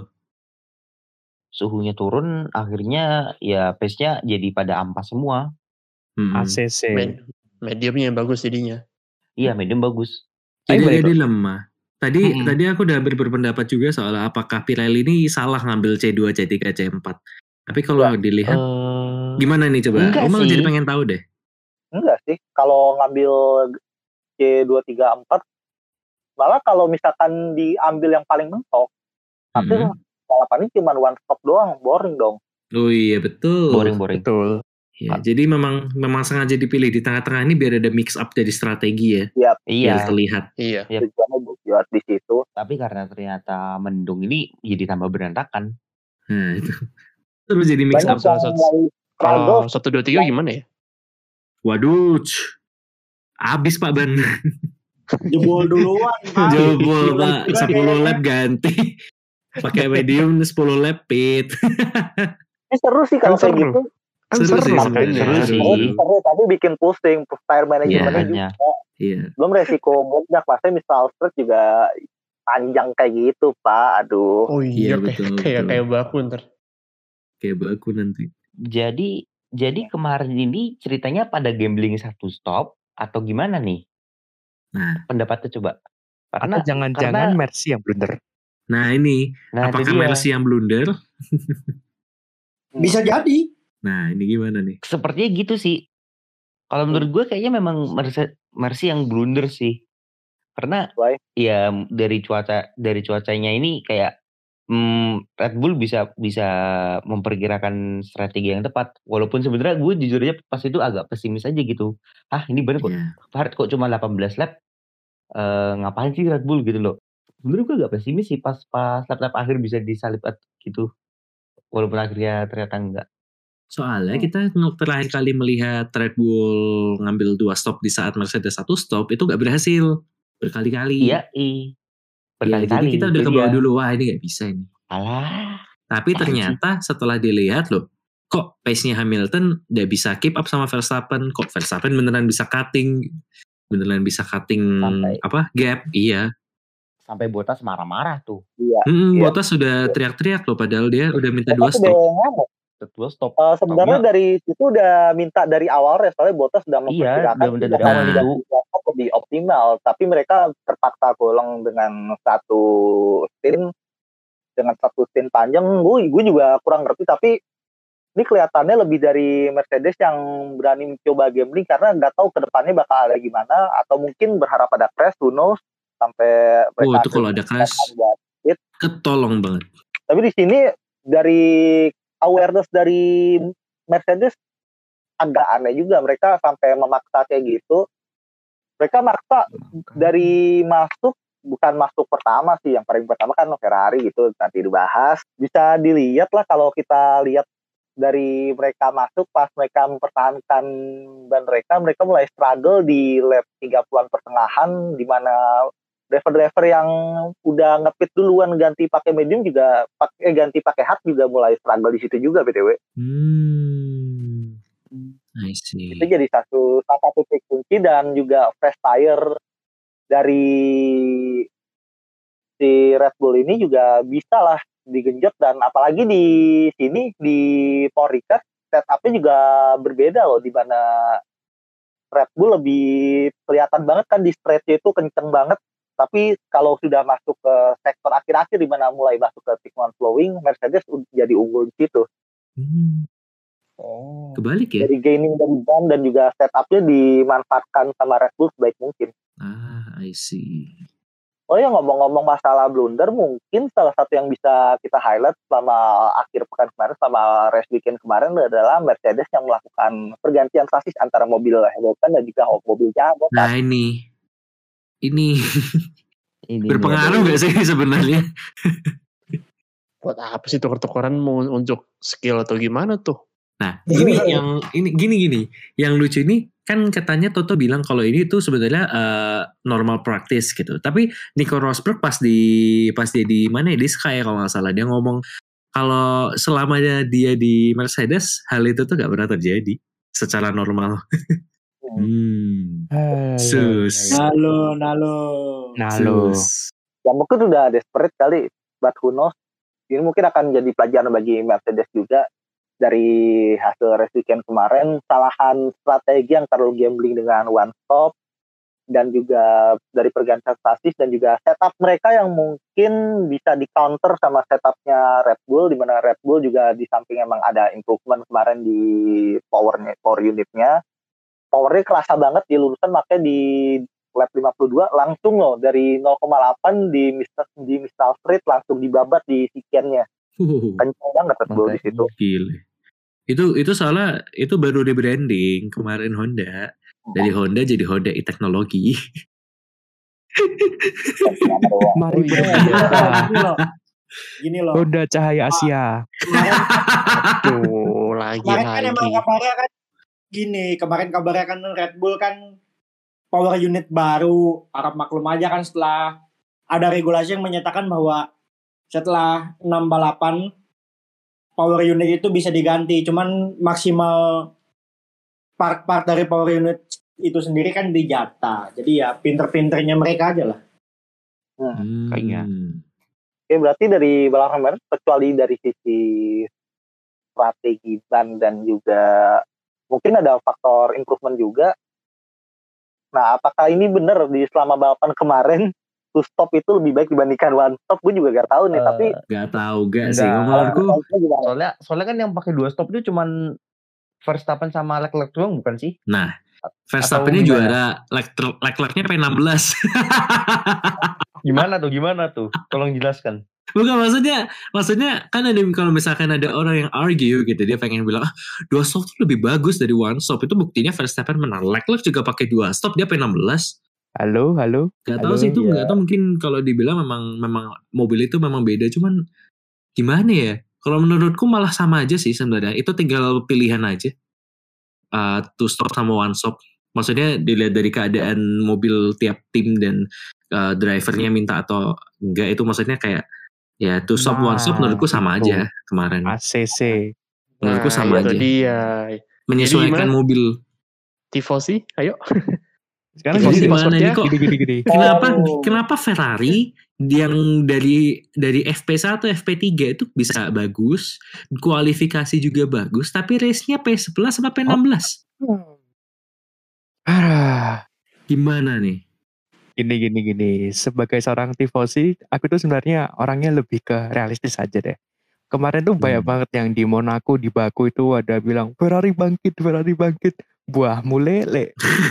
F: Suhunya turun akhirnya ya pace-nya jadi pada ampas semua.
B: ACC.
C: Mediumnya yang bagus jadinya.
F: Iya medium bagus.
D: Jadi lemah. Tadi aku udah berpendapat juga soal apakah Pirelli ini salah ngambil C2, C3, C4. Tapi kalau dilihat gimana nih coba? Omang jadi pengen tahu deh.
A: Enggak sih. Kalau ngambil C2, 3, 4 malah kalau misalkan diambil yang paling mentok tapi balapan ini cuma one stop doang, boring dong.
D: Oh iya betul.
F: Boring.
B: Betul.
D: Ya, jadi memang sengaja dipilih di tengah-tengah ini biar ada mix up dari strategi ya.
A: Yep.
F: Iya.
D: Biar terlihat.
C: Iya.
A: Tujuannya buat di situ.
F: Tapi karena ternyata mendung ini jadi tambah berantakan.
D: Nah itu. Terus jadi mix up.
C: Kalau 1, 2, 3 gimana ya?
D: Waduh. Abis Pak Ban.
E: Jebol duluan Pak.
D: Jebol Pak. 10 lap ganti. Pakai medium 10 lap pit.
A: Seru sih kalau kayak gitu.
D: Seru sih.
A: Seru tapi bikin pusing tire manajemennya juga.
D: Iya.
A: Belum resiko banyak pasti misal stress juga panjang kayak gitu Pak. Aduh.
C: Oh iya
D: betul.
C: Kayak baku ntar.
D: Kayak baku nanti.
F: Jadi kemarin ini ceritanya pada gambling 1 stop atau gimana nih?
D: Nah,
F: pendapatnya coba.
B: Atau jangan-jangan Mercy yang blunder.
D: Nah ini, apakah Mercy yang blunder?
E: Bisa jadi.
D: Nah ini gimana nih?
F: Sepertinya gitu sih. Kalau menurut gue kayaknya memang Mercy yang blunder sih. Karena ya dari cuacanya ini kayak Red Bull bisa memperkirakan strategi yang tepat. Walaupun sebenarnya gue jujur aja pas itu agak pesimis aja gitu. Ini bener kok.
D: Iya.
F: Fahrt kok cuma 18 lap. Ngapain sih Red Bull gitu loh. Sebenarnya gue agak pesimis sih pas lap-lap akhir bisa disalip gitu. Walaupun akhirnya ternyata enggak.
D: Soalnya kita terakhir kali melihat Red Bull ngambil 2 stop di saat Mercedes 1 stop itu gak berhasil berkali-kali.
F: Iya,
D: Ya, jadi
F: berkali-kali.
D: kita udah
F: Itu
D: kebawa
F: dia.
D: dulu, wah ini gak bisa ini.
F: Alah.
D: Tapi ternyata setelah dilihat loh, kok pace-nya Hamilton udah bisa keep up sama Verstappen, kok Verstappen beneran bisa cutting
F: Sampai-
D: gap, iya.
F: Sampai Bottas marah-marah tuh.
A: Iya.
D: Bottas sudah teriak-teriak loh, padahal dia udah minta 2
A: Bottas
D: stop.
A: udah ngomong.
F: Dua stop.
A: Sebenarnya dari itu udah minta dari awal ya, soalnya Bottas udah
F: Iya,
A: memperkirakan
F: udah minta dari awal
A: tidak
F: itu.
A: lebih optimal, tapi mereka terpaksa golong dengan satu stint panjang. Gue juga kurang ngerti, tapi ini kelihatannya lebih dari Mercedes yang berani mencoba gambling karena nggak tahu kedepannya bakal ada gimana, atau mungkin berharap ada crash, who knows, sampai mereka
D: Itu kalau ada crash ketolong banget.
A: Tapi di sini dari awareness dari Mercedes agak aneh juga, mereka sampai memaksa kayak gitu. Mereka maksa dari bukan masuk pertama sih, yang paling pertama kan Ferrari gitu, nanti dibahas. Bisa dilihat lah kalau kita lihat dari mereka masuk, pas mereka mempertahankan ban mereka mulai struggle di lap 30-an pertengahan, di mana driver-driver yang udah ngepit duluan ganti pakai medium juga ganti pakai hard juga mulai struggle di situ juga BTW.
D: I see.
A: Itu jadi satu titik kunci, dan juga fresh tire dari si Red Bull ini juga bisa lah digenjot, dan apalagi di sini di Paul Ricard setupnya juga berbeda loh, di mana Red Bull lebih kelihatan banget kan di straight-nya itu kenceng banget, tapi kalau sudah masuk ke sektor akhir-akhir di mana mulai masuk ke tikungan flowing, Mercedes jadi unggul di situ.
D: Kebalik ya?
A: Dari gaining dari ban dan juga setupnya dimanfaatkan sama Red Bull sebaik mungkin.
D: I see.
A: Oh ya, ngomong-ngomong masalah blunder, mungkin salah satu yang bisa kita highlight selama akhir pekan kemarin, selama race weekend kemarin adalah Mercedes yang melakukan pergantian sasis antara mobil Hamilton dan juga mobilnya Bottas.
D: Nah ini berpengaruh nggak sih sebenarnya?
C: Buat apa sih tuker-tukeran, mau untuk skill atau gimana tuh?
D: Nah, gini. Yang lucu ini kan katanya Toto bilang kalau ini tuh sebenarnya normal practice gitu. Tapi Nico Rosberg pas dia di mana ya, di Sky kalau nggak salah, dia ngomong kalau selamanya dia di Mercedes hal itu tuh nggak pernah terjadi secara normal.
F: Nalo.
A: Ya mungkin udah desperate kali, but who knows. Ini mungkin akan jadi pelajaran bagi Mercedes juga dari hasil race weekend kemarin, kesalahan strategi yang terlalu gambling dengan one stop, dan juga dari pergantian sasis dan juga setup mereka yang mungkin bisa di counter sama setupnya Red Bull, di mana Red Bull juga di samping emang ada improvement kemarin di power unitnya, powernya kerasa banget di lurusan, makanya di lap 52 langsung loh dari 0,8 di Mistral Street langsung dibabat di sekiannya. Kencang banget Red Bull di situ.
D: Gile. Itu soalnya itu baru rebranding kemarin Honda. Dari Honda jadi Honda e-teknologi.
B: Mari berbeda.
E: Gini loh.
B: Honda Cahaya Asia.
C: Aduh, lagi.
E: Kemarin kan emang kabarnya kan gini, kemarin kabarnya kan Red Bull kan power unit baru, harap maklum aja kan setelah ada regulasi yang menyatakan bahwa setelah 6 balapan power unit itu bisa diganti, cuman maksimal part-part dari power unit itu sendiri kan dijata. Jadi ya pinter-pinternya mereka aja lah.
F: Kayaknya.
A: Oke, berarti dari balapan kemarin, kecuali dari sisi strategi ban dan juga mungkin ada faktor improvement juga. Nah, apakah ini benar di selama balapan kemarin two stop itu lebih baik dibandingkan one stop? Gue juga gak tahu nih, tapi
D: gak tahu sih ngomonganku.
F: Soalnya kan yang pakai 2 stop itu cuman Verstappen sama Leclerc doang bukan sih?
D: Nah, Verstappen-nya juara, Leclerc-nya P16.
F: Gimana tuh? Tolong jelaskan.
D: Bukan, maksudnya kan ada, kalau misalkan ada orang yang argue gitu, dia pengen bilang dua stop tuh lebih bagus dari one stop, itu buktinya Verstappen menang. Leclerc juga pakai dua stop, dia P16.
B: Halo.
D: Gak tahu sih itu,
B: ya.
D: gak tahu, mungkin kalau dibilang memang mobil itu memang beda, cuman gimana ya? Kalau menurutku malah sama aja sih sebenarnya. Itu tinggal pilihan aja. Two stop sama one stop. Maksudnya dilihat dari keadaan mobil tiap tim dan drivernya minta atau enggak, itu maksudnya kayak ya two stop one stop menurutku sama
B: itu.
D: aja kemarin.
B: ACC.
D: Menurutku sama
C: itu
D: aja.
C: dia.
D: Menyesuaikan mobil.
C: Tifosi, ayo.
B: Sekarang
C: Tifosi
D: gimana nih
C: passwordnya.
D: kok?
B: Gini.
D: Kenapa Ferrari yang dari FP1 FP3 itu bisa bagus, kualifikasi juga bagus, tapi race-nya P11 sama P16? Gimana nih?
B: Gini. Sebagai seorang tifosi, aku tuh sebenarnya orangnya lebih ke realistis aja deh. Kemarin tuh banyak banget yang di Monaco, di Baku itu ada bilang Ferrari bangkit. Buah mulele.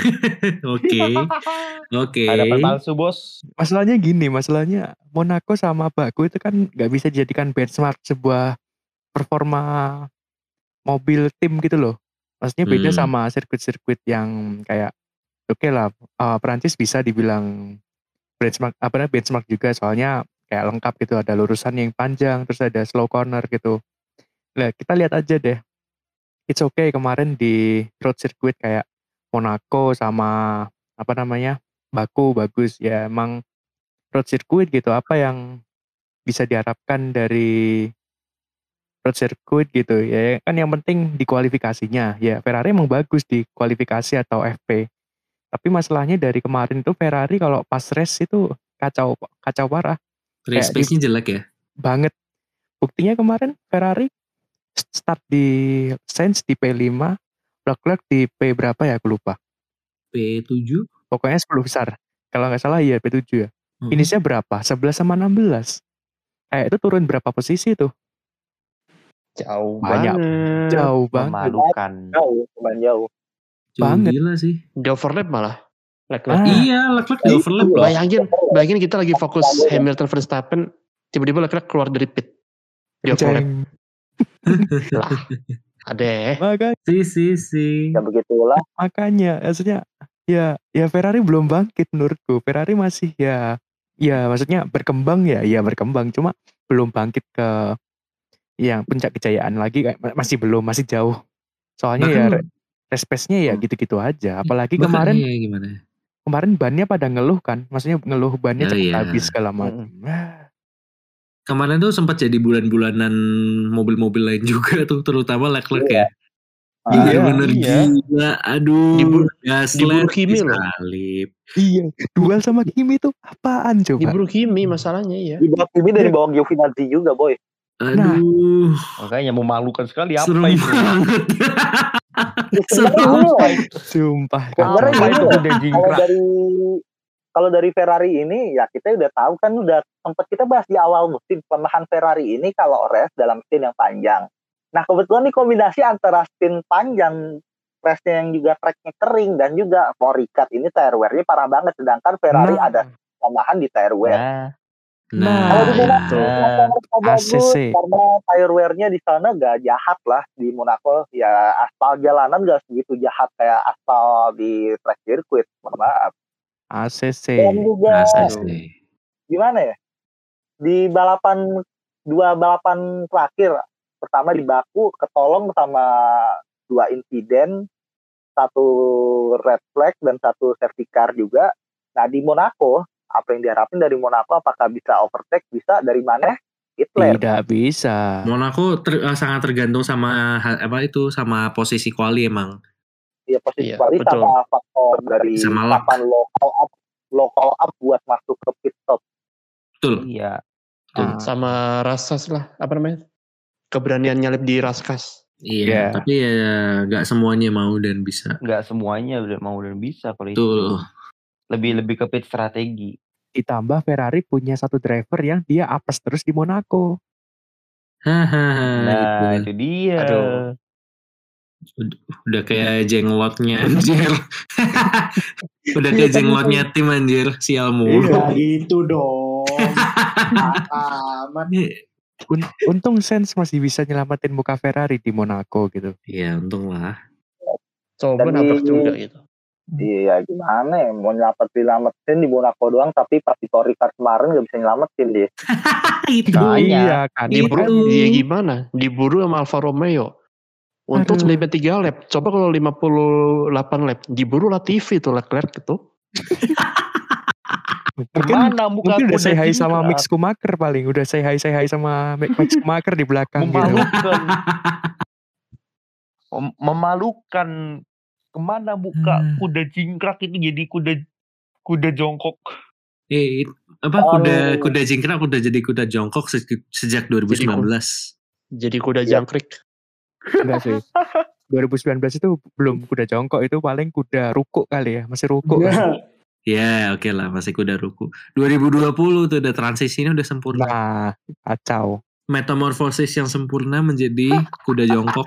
D: Oke.
F: Hadapan palsu, bos.
B: Masalahnya Monaco sama Baku itu kan nggak bisa dijadikan benchmark sebuah performa mobil tim gitu loh. Maksudnya beda sama sirkuit-sirkuit yang kayak oke lah, Perancis bisa dibilang benchmark juga, soalnya kayak lengkap gitu, ada lurusan yang panjang, terus ada slow corner gitu. Nah, kita lihat aja deh. It's okay kemarin di road circuit kayak Monaco sama Baku bagus ya, emang road circuit gitu. Apa yang bisa diharapkan dari road circuit gitu ya, kan yang penting di kualifikasinya ya. Ferrari emang bagus di kualifikasi atau FP, tapi masalahnya dari kemarin itu Ferrari kalau pas race itu kacau parah.
D: Race pace-nya jelek ya?
B: Banget. Buktinya kemarin Ferrari start di Sainz di P5, Leclerc di P berapa ya, aku lupa.
D: P7?
B: Pokoknya 10 besar. Kalau nggak salah ya P7 ya. Finishnya berapa? 11 sama 16. Itu turun berapa posisi tuh?
C: Jauh
B: banget.
F: Memalukan.
A: Jauh.
B: Banget.
D: Gila sih.
C: Di overlap malah. Leclerc.
D: Iya, Leclerc di overlap loh.
C: Bayangin kita lagi fokus Hamilton Verstappen, tiba-tiba Leclerc keluar dari pit. Di overlap. Lah. Adeh.
B: Makanya.
D: Si.
A: Ya begitulah.
B: Makanya, maksudnya ya Ferrari belum bangkit menurutku. Ferrari masih ya maksudnya berkembang, cuma belum bangkit ke yang puncak kejayaan lagi, kayak masih jauh. Soalnya bahkan, ya space-nya ya gitu-gitu aja. Apalagi kemarin bannya pada ngeluh kan, maksudnya ngeluh bannya cepat habis segala macam.
D: Kemarin tuh sempat jadi bulan-bulanan mobil-mobil lain juga tuh, terutama Leclerc ya. Bener-bener gila, aduh.
C: Diburu Kimi loh.
B: Iya, duel sama Kimi tuh apaan coba?
C: Diburu Kimi masalahnya ya.
A: Dibawah Kimi dan dibawah Giovinazzi juga, boy.
B: Nah,
F: makanya memalukan sekali. Apa
D: serem
F: itu?
B: Sumpah.
A: Kalau dari Ferrari ini ya kita udah tahu kan, udah sempat kita bahas di awal musim, kelemahan Ferrari ini kalau race dalam stint yang panjang. Nah kebetulan nih kombinasi antara stint panjang, race-nya yang juga tracknya kering, dan juga for Ricard ini tire wear-nya parah banget, sedangkan Ferrari ada kelemahan di tire wear.
B: Itu
A: ACC karena tire wear-nya di sana gak jahat lah di Monaco, ya aspal jalanan gak segitu jahat kayak aspal di track sirkuit, mohon maaf.
B: ACC.
A: Dan juga gimana ya, di dua balapan terakhir, pertama di Baku ketolong sama 2 insiden, 1 red flag dan 1 safety car juga. Nah di Monaco, apa yang diharapin dari Monaco? Apakah bisa overtake? Bisa dari mana? Hitler.
B: Tidak bisa.
D: Monaco sangat tergantung sama sama posisi quali emang.
A: Iya, posisi quali sama faktor dari kapan local up buat masuk ke pit stop.
D: Betul.
F: Iya.
C: Sama raskas lah, keberanian nyalip di raskas.
D: Iya, tapi ya nggak semuanya mau dan bisa.
F: Nggak semuanya mau dan bisa kalau
D: itu.
F: Lebih ke pit strategi.
B: Ditambah Ferrari punya 1 driver yang dia apes terus di Monaco.
F: Nah, itu dia.
C: Aduh.
D: Udah kayak jenglotnya anjir. Udah kayak jenglotnya tim anjir, sial mulu.
E: Iya gitu dong. Amat.
B: Untung Sainz masih bisa nyelamatin muka Ferrari di Monaco gitu.
D: Iya, untung lah.
C: Coba
A: Dan
C: nabrak
A: di-
C: juga gitu.
A: Iya gimana ya, mau nyelamatin di Monaco doang, tapi pas di Paul Ricard kemarin gak bisa nyelamatin dia.
D: Itu.
F: Nah,
B: Iya kan.
C: Diburu,
D: Itu.
C: ya gimana? Diburu sama Alfa Romeo. Untung
B: Aduh.
C: sampai 3 lap. Coba kalau 58 lap. Diburu Latifi tuh Leclerc gitu.
F: Kemana muka
B: Mungkin udah
F: kuda
B: say hi sama
F: jingkrak?
B: Mick Schumacher paling. Udah say hi sama Mick Schumacher di belakang gitu.
F: Memalukan. Memalukan. Kemana muka kuda jingkrak itu jadi kuda jongkok.
D: Kuda jingkrak udah jadi kuda jongkok sejak 2019.
C: Jadi kuda
A: Iya.
C: jangkrik.
B: Enggak sih. 2019 itu belum kuda jongkok, itu paling kuda rukuk kali ya. Masih rukuk kan.
D: Ya, oke lah, masih kuda ruku. 2020 tuh udah transisinya udah sempurna.
B: Nah, kacau.
D: Metamorfosis yang sempurna menjadi kuda jongkok.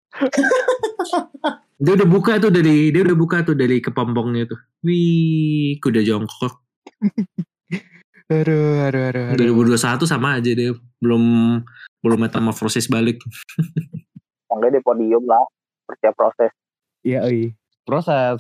D: Dia udah buka tuh dari kepompongnya tuh. Wih, kuda jongkok.
B: Aduh.
D: 2021 sama aja dia, belum metamorfosis balik.
A: Seenggaknya di podium lah, percaya proses.
B: Iya,
F: Proses.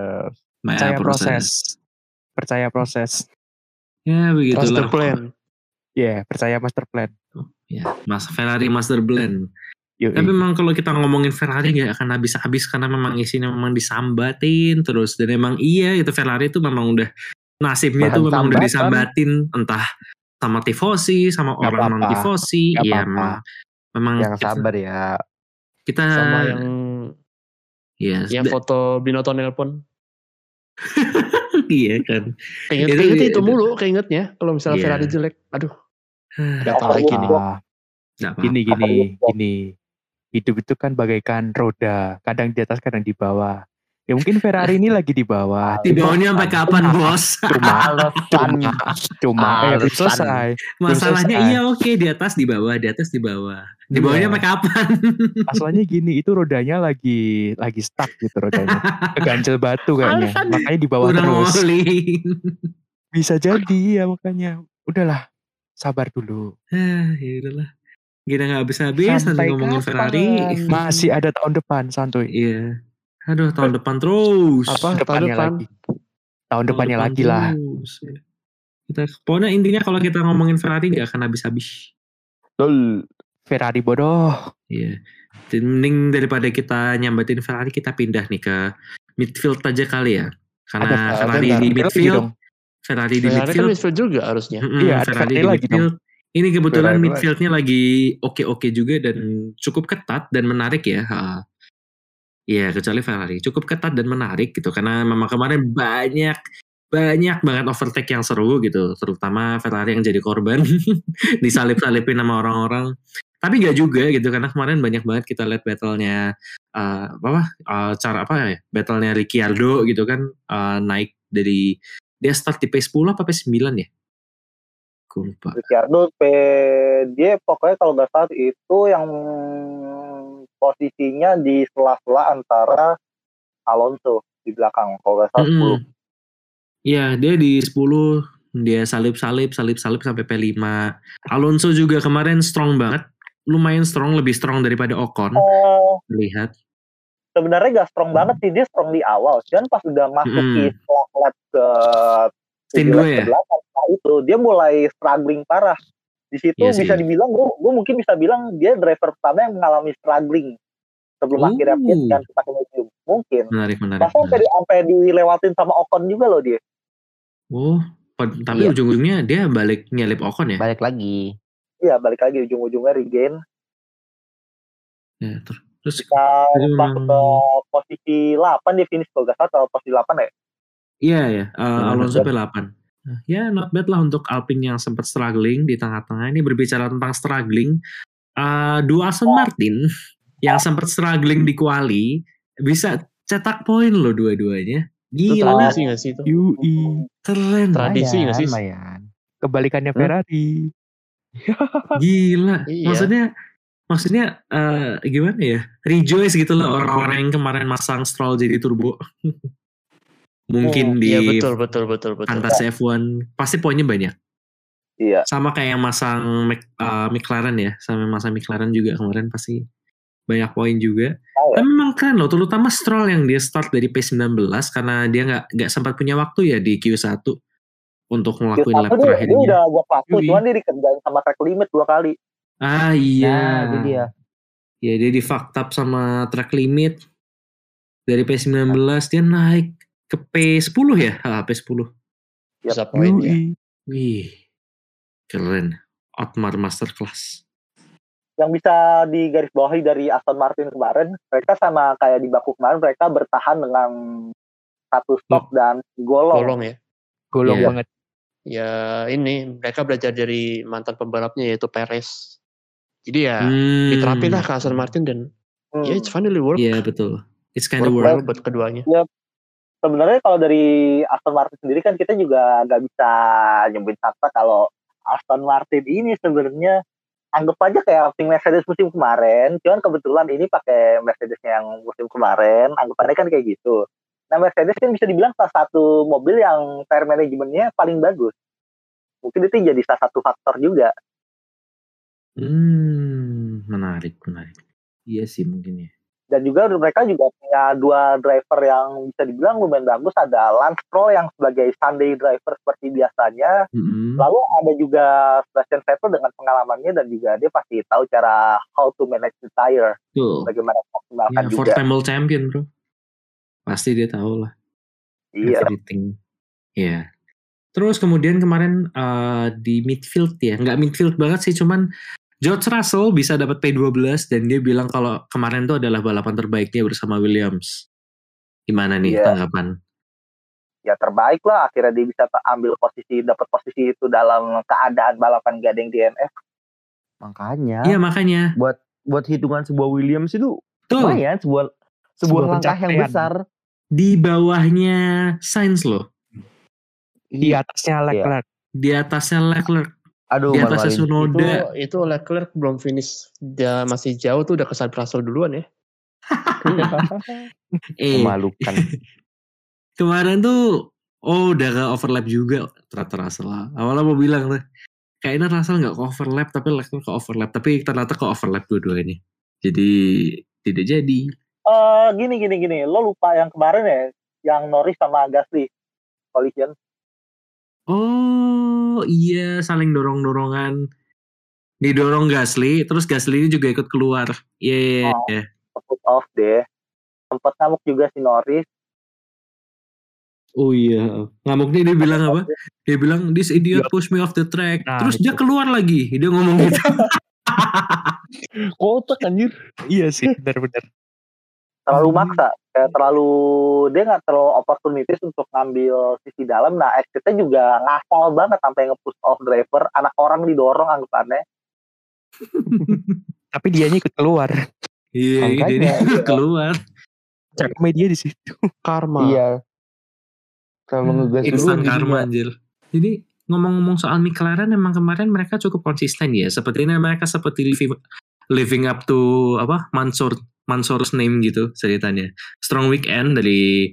B: Percaya proses.
D: Ya begitulah.
C: Master plan.
B: Iya, percaya master plan.
D: Ya, Ferrari Master Blend.
B: Yoi.
D: Tapi memang kalau kita ngomongin Ferrari gak akan habis-habis karena memang isinya memang disambatin terus, dan emang iya itu Ferrari itu memang udah nasibnya
F: Bahan
D: tuh memang udah
F: sambatan.
D: disambatin, entah sama tifosi, sama
B: Gak
D: orang
B: apa-apa.
D: non tifosi.
B: Gak
D: Iya
B: apa-apa.
D: memang
F: Yang sabar ya.
D: kita
C: Sama yang
D: ya
C: foto Binotto nelpon.
D: iya kan.
C: Keinget itu mulu keingetnya. Kalau misalnya
D: Iya.
C: Ferrari jelek. Aduh.
A: Ya,
C: Gatal lagi nih.
D: Nggak apa-apa.
B: Gini. Hidup itu kan bagaikan roda, kadang di atas, kadang di bawah. Ya mungkin Ferrari ini lagi di bawah.
D: Di bawahnya sampai kapan bos?
B: Cuma ya belum selesai.
D: Masalahnya
B: selesai.
D: iya oke, di atas di bawah. Di bawahnya sampai kapan?
B: Masalahnya gini, itu rodanya lagi stuck gitu rodanya. Keganjel batu kayaknya. Makanya di bawah
D: Kurang
B: terus.
D: oli.
B: Bisa jadi ya, makanya. Udahlah, sabar dulu.
D: Ya udahlah. Kita nggak habis-habis nanti
F: Sampai
D: ngomongin
F: kapan?
D: Ferrari.
B: Masih ada tahun depan, santuy.
D: Iya. Aduh, tahun depan terus.
C: Apa?
B: Depannya
C: Tahun depan.
B: lagi. Tahun depannya
D: depan
B: lagi lah.
D: terus, ya. Pokoknya intinya kalau kita ngomongin Ferrari nggak akan habis-habis.
F: Betul.
B: Ferrari bodoh.
D: Iya. Mending daripada kita nyambatin Ferrari, kita pindah nih ke midfield aja kali ya. Karena Ferrari di midfield. Ferrari di
C: Ferrari kan
D: midfield.
C: midfield juga harusnya.
B: Iya, ada
D: Ferrari di
B: lagi
D: midfield. Ini kebetulan
F: Ferrari
D: midfieldnya lagi oke-oke juga dan cukup ketat dan menarik ya. Iya, kecuali Ferrari cukup ketat dan menarik gitu, karena memang kemarin banyak banget overtake yang seru gitu, terutama Ferrari yang jadi korban disalip-salipin sama orang-orang. Tapi gak juga gitu, karena kemarin banyak banget kita lihat battle-nya battle-nya Ricciardo gitu kan, naik dari dia start di P10 apa P9 ya? Gue lupa.
A: Ricciardo dia pokoknya kalau nggak salah itu yang posisinya di sela-sela antara Alonso di belakang kalau nggak salah 10.
D: Iya, dia di 10, dia salip-salip sampai P5. Alonso juga kemarin strong banget, lumayan strong, lebih strong daripada Ocon. Lihat.
A: Sebenarnya nggak strong banget sih, dia strong di awal, dan pas udah masuk di lap ke
D: Stint 2 ya?
A: Itu dia mulai struggling parah. Di situ
D: Iya
A: bisa
D: sih.
A: dibilang gue mungkin bisa bilang dia driver pertama yang mengalami struggling sebelum akhirnya pit dan pakai medium. Mungkin.
D: Menarik.
A: Sampai dilewatin sama Ocon juga loh dia.
D: Oh, tapi ujung-ujungnya dia balik nyelip Ocon ya?
F: Balik lagi.
A: Iya, balik lagi ujung-ujungnya regain.
D: Ya, terus
A: Kita masuk ke posisi 8 dia finish kalau nggak salah, atau posisi 8 ya?
D: Iya, Alonso P8. Ya, not bad lah untuk Alpine yang sempat struggling di tengah-tengah. Ini berbicara tentang struggling, dua Aston Martin yang sempat struggling di quali bisa cetak poin loh dua-duanya.
C: Itu
D: Gila.
C: tradisi gak sih itu?
D: Keren.
C: Tradisi gak sih?
F: Lumayan.
B: Kebalikannya Ferrari.
D: Gila.
C: Iya.
D: Maksudnya gimana ya? Rejoice gitu loh orang-orang yang kemarin masang Stroll jadi turbo. Mungkin di
C: Iya betul.
D: Fantasy F1 pasti poinnya banyak.
A: Iya.
D: Sama kayak yang masang McLaren ya, sama masang McLaren juga kemarin pasti banyak poin juga.
A: Oh, ya.
D: Tapi memang keren loh, terutama Stroll yang dia start dari P19 karena dia nggak sempat punya waktu ya di Q1 untuk ngelakuin lap
A: Dia
D: terakhirnya.
A: udah buat waktu,
D: Yui.
A: cuman dia dikerjain sama track limit 2 kali.
D: Ah iya.
F: Nah, itu dia.
D: Ya dia di fucked up sama track limit. Dari P19 dia naik ke P10 ya? P10.
C: Bisa poin ya.
D: Wih, keren. Otmar Masterclass.
A: Yang bisa digarisbawahi dari Aston Martin kemarin, mereka sama kayak di Baku kemarin, mereka bertahan dengan satu stop dan
C: Golong ya.
B: Golong
D: Iya.
B: banget.
C: Ya ini mereka belajar dari mantan pembalapnya yaitu Perez. Jadi ya diterapin lah ke Aston Martin dan ya it's finally work.
D: Iya betul. It's kind of
C: Work
D: work.
C: well buat keduanya.
A: Ya, sebenarnya kalau dari Aston Martin sendiri kan kita juga nggak bisa nyebut kata kalau Aston Martin ini sebenarnya anggap aja kayak tim Mercedes musim kemarin, cuman kebetulan ini pakai Mercedesnya yang musim kemarin, anggapannya kan kayak gitu. Nah, Mercedes kan bisa dibilang salah satu mobil yang tire manajemennya paling bagus. Mungkin itu jadi salah satu faktor juga.
D: Menarik. Iya sih mungkin ya.
A: Dan juga mereka juga punya 2 driver yang bisa dibilang lumayan bagus. Ada Lance Stroll yang sebagai Sunday driver seperti biasanya. Lalu ada juga Sebastian Vettel dengan pengalamannya dan juga dia pasti tahu cara how to manage the tire. Bagaimana mengoptimalkan juga.
D: Four-time world champion bro. Pasti dia tahu lah.
A: Iya.
D: Everything. Iya. Terus kemudian kemarin di midfield ya. Nggak midfield banget sih, cuman George Russell bisa dapat P12 dan dia bilang kalau kemarin itu adalah balapan terbaiknya bersama Williams. Gimana nih tanggapan?
A: Ya terbaik lah, akhirnya dia bisa dapat posisi itu dalam keadaan balapan gak ada yang DNF.
F: Makanya.
D: Iya makanya.
F: Buat hitungan sebuah Williams itu lumayan sebuah langkah yang besar.
C: Di bawahnya Sainz loh.
B: Di atasnya Leclerc.
D: Di atasnya Leclerc.
F: Aduh,
D: di atasnya Tsunoda.
C: Itu Leclerc belum finish, dia masih jauh tuh udah kesan Russell duluan ya.
F: Memalukan.
D: Kemarin tuh udah ke overlap juga ternyata Russell. Awalnya mau bilang tuh kayaknya Russell nggak ke overlap tapi Leclerc ke overlap, tapi ternyata ke overlap dua-duanya. Jadi tidak jadi.
A: Gini. Lo lupa yang kemarin ya, yang Norris sama Gasly collision.
D: Oh iya, saling dorong-dorongan. Didorong Gasly, terus Gasly ini juga ikut keluar. Iya.
A: Put off deh. Sempat ngamuk juga si Norris.
D: Oh iya, ngamuknya dia bilang apa? Dia bilang this idiot push me off the track.
B: Nah,
D: terus dia keluar lagi, dia ngomong gitu.
F: Kotak anjir.
B: Iya sih, benar-benar.
A: Terlalu maksa, kayak dia nggak terlalu opportunities untuk ngambil sisi dalam. Nah, exitnya juga ngasal banget sampai nge-push off driver, anak orang didorong anggapannya.
B: Tapi dianya ikut keluar.
D: Iya, dia keluar.
B: Cek media di situ.
C: Karma.
F: Iya. Kalau ngegas
D: instan karma anjir. Jadi ngomong-ngomong soal McLaren, emang kemarin mereka cukup konsisten ya. Sepertinya mereka seperti living up to Mansour's name gitu ceritanya. Strong weekend dari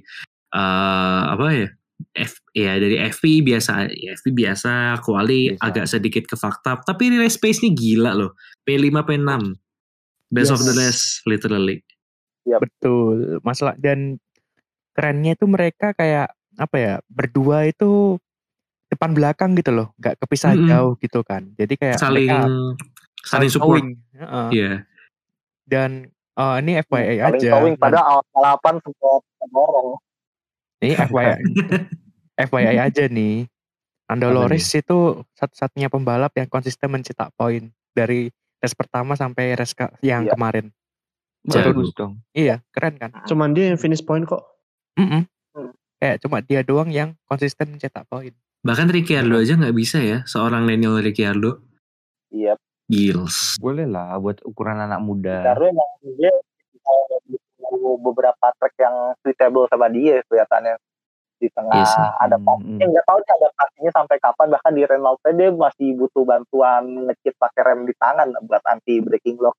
D: dari FP biasa, quali agak sedikit ke fucked up, tapi race pace-nya gila loh. P5 P6. Best of the rest literally.
B: Ya betul. Masalah dan kerennya itu mereka kayak berdua itu depan belakang gitu loh, nggak kepisah jauh gitu kan. Jadi kayak
D: saling support. Iya.
B: Dan ini FYI
A: saling
B: aja.
A: Towing pada awal balapan sempat dorong.
B: Ini FYI aja nih. Lando Norris itu satu-satunya pembalap yang konsisten mencetak poin dari race pertama sampai race yang kemarin.
F: Bagus dong.
B: Iya, keren kan.
C: Cuman dia yang finish point kok.
B: Kayak cuma dia doang yang konsisten mencetak poin.
D: Bahkan Ricciardo aja nggak bisa ya, seorang Daniel Ricciardo.
A: Iya.
D: Gils.
F: Boleh lah buat ukuran anak muda.
A: Ricciardo emang dia beberapa track yang suitable sama dia kelihatannya. Di tengah ada pastinya, nggak tahu sih ada pastinya sampai kapan. Bahkan di Renault dia masih butuh bantuan ngecit pakai rem di tangan buat anti braking lock.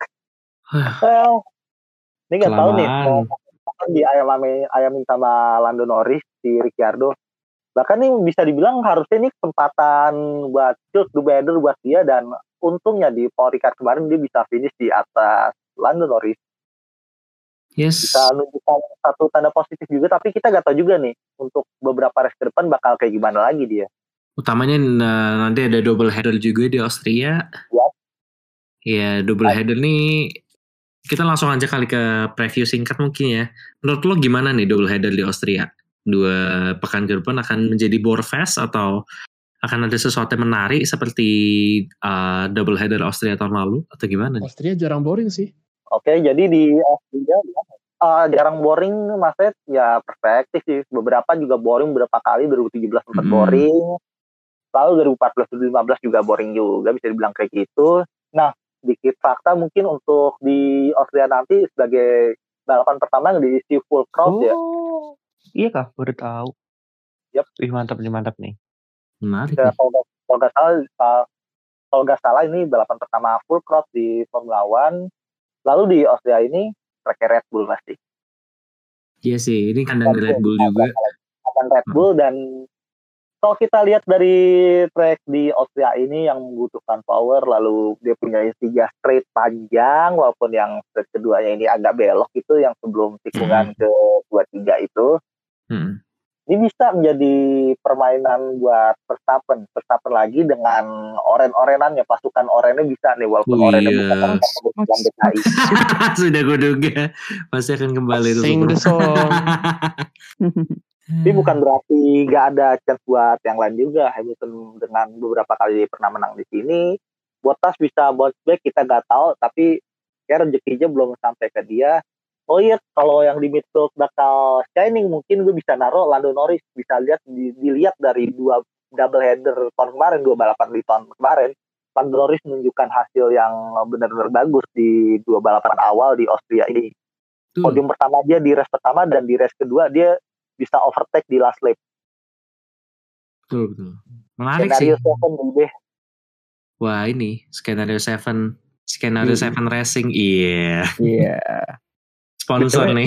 A: Ini nggak tahu nih di ayamin sama Lando Norris si Ricciardo. Bahkan ini bisa dibilang harusnya ini kesempatan buat Jules Dubeder buat dia, dan untungnya di Paul Ricard kemarin dia bisa finish di atas Lando Norris.
D: Yes.
A: Bisa menunjukkan satu tanda positif juga, tapi kita gak tahu juga nih untuk beberapa race ke depan bakal kayak gimana lagi dia.
D: Utamanya nanti ada double header juga di Austria. Ya, double header nih, kita langsung aja kali ke preview singkat mungkin ya. Menurut lo gimana nih double header di Austria? 2 pekan ke depan akan menjadi bore fest atau akan ada sesuatu yang menarik seperti double header Austria tahun lalu atau gimana nih?
C: Austria jarang boring sih.
A: Oke, jadi di Austria jarang boring, maksudnya ya perspektif sih. Beberapa juga boring beberapa kali, 2017 sempat boring. Lalu 2014-2015 juga boring juga, bisa dibilang kayak gitu. Nah, sedikit fakta mungkin untuk di Austria nanti sebagai balapan pertama yang diisi full crowd ya.
F: Iya kah? Baru tahu.
A: Yap.
F: Wih, mantap nih.
D: Menarik.
A: Ya, kalau nggak salah ini balapan pertama full crowd di Formula One. Lalu di Austria ini tracknya Red Bull pasti.
D: Iya sih, ini kandang Red Bull juga.
A: Kandang Red Bull, dan kalau kita lihat dari track di Austria ini yang membutuhkan power, lalu dia punya 3 straight panjang, walaupun yang straight keduanya ini agak belok itu, yang sebelum tikungan ke 2-3 itu. Ini bisa menjadi permainan buat Verstappen lagi dengan oren-orenannya, pasukan orennya bisa nih, walaupun orennya bukan DKI.
D: Sudah gue duga pasti akan kembali.
C: Sing the song.
A: Tapi bukan berarti gak ada chance buat yang lain juga. Hamilton dengan beberapa kali pernah menang di sini, Bottas bisa bounce back, kita gak tahu, tapi kayak rezekinya belum sampai ke dia. Oh iya, kalau yang di midfield bakal shining, mungkin gue bisa naruh Lando Norris. Bisa dilihat dari 2 double header tahun kemarin, 2 balapan di tahun kemarin, Lando Norris menunjukkan hasil yang benar-benar bagus di 2 balapan awal di Austria ini. Podium pertama dia di race pertama, dan di race kedua dia bisa overtake di last lap.
D: Betul. Menarik
A: skenario
D: sih.
A: 7
D: Wah, ini skenario 7 Racing. Iya. Sponsor nih.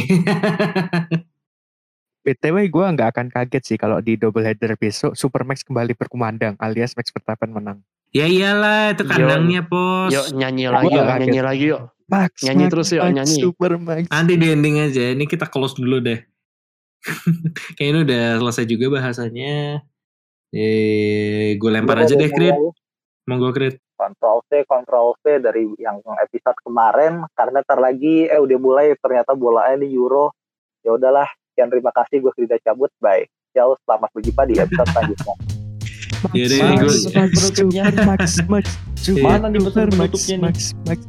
B: BTW gue nggak akan kaget sih kalau di double header besok Supermax kembali berkumandang alias Max Verstappen menang.
D: Ya iyalah, itu kandangnya, Pos.
C: Yuk nyanyi lagi yuk.
B: Max,
C: nyanyi terus yuk, nyanyi.
B: Supermax.
D: Nanti di ending aja. Ini kita close dulu deh. Kayaknya udah selesai juga bahasanya. Gue lempar aja deh, Krit. Monggo, Krit.
A: Kontrol C dari yang episode kemarin, karena ntar lagi udah mulai ternyata bolanya di Euro. Ya udahlah, sekian, terima kasih, gue sudah cabut, bye. Jauh, selamat berjumpa di episode selanjutnya.
F: Mana nih pesan penutupnya nih?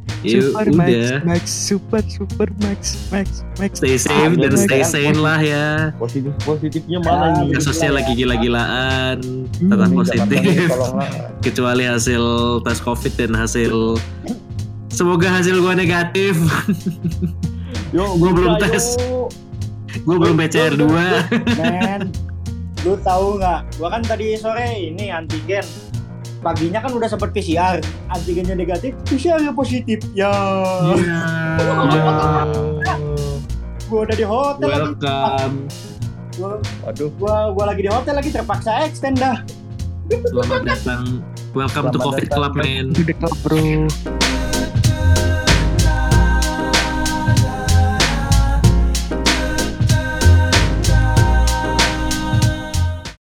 D: Max. Stay safe dan stay sane lah ya.
F: Positifnya mana nih?
D: Kasusnya lagi gila-gilaan, tetap positif. Kecuali hasil tes COVID dan semoga hasil gua negatif. Gua belum tes. Gua belum PCR 2.
E: Men, lu tahu nggak? Gua kan tadi sore ini antigen. Paginya kan udah sempat PCR, antigennya negatif, PCR-nya positif. Ya. Gua udah di hotel.
D: Welcome.
E: Gua lagi di hotel lagi, terpaksa extend dah.
D: Selamat datang. Welcome to COVID Club, man.
B: Bro.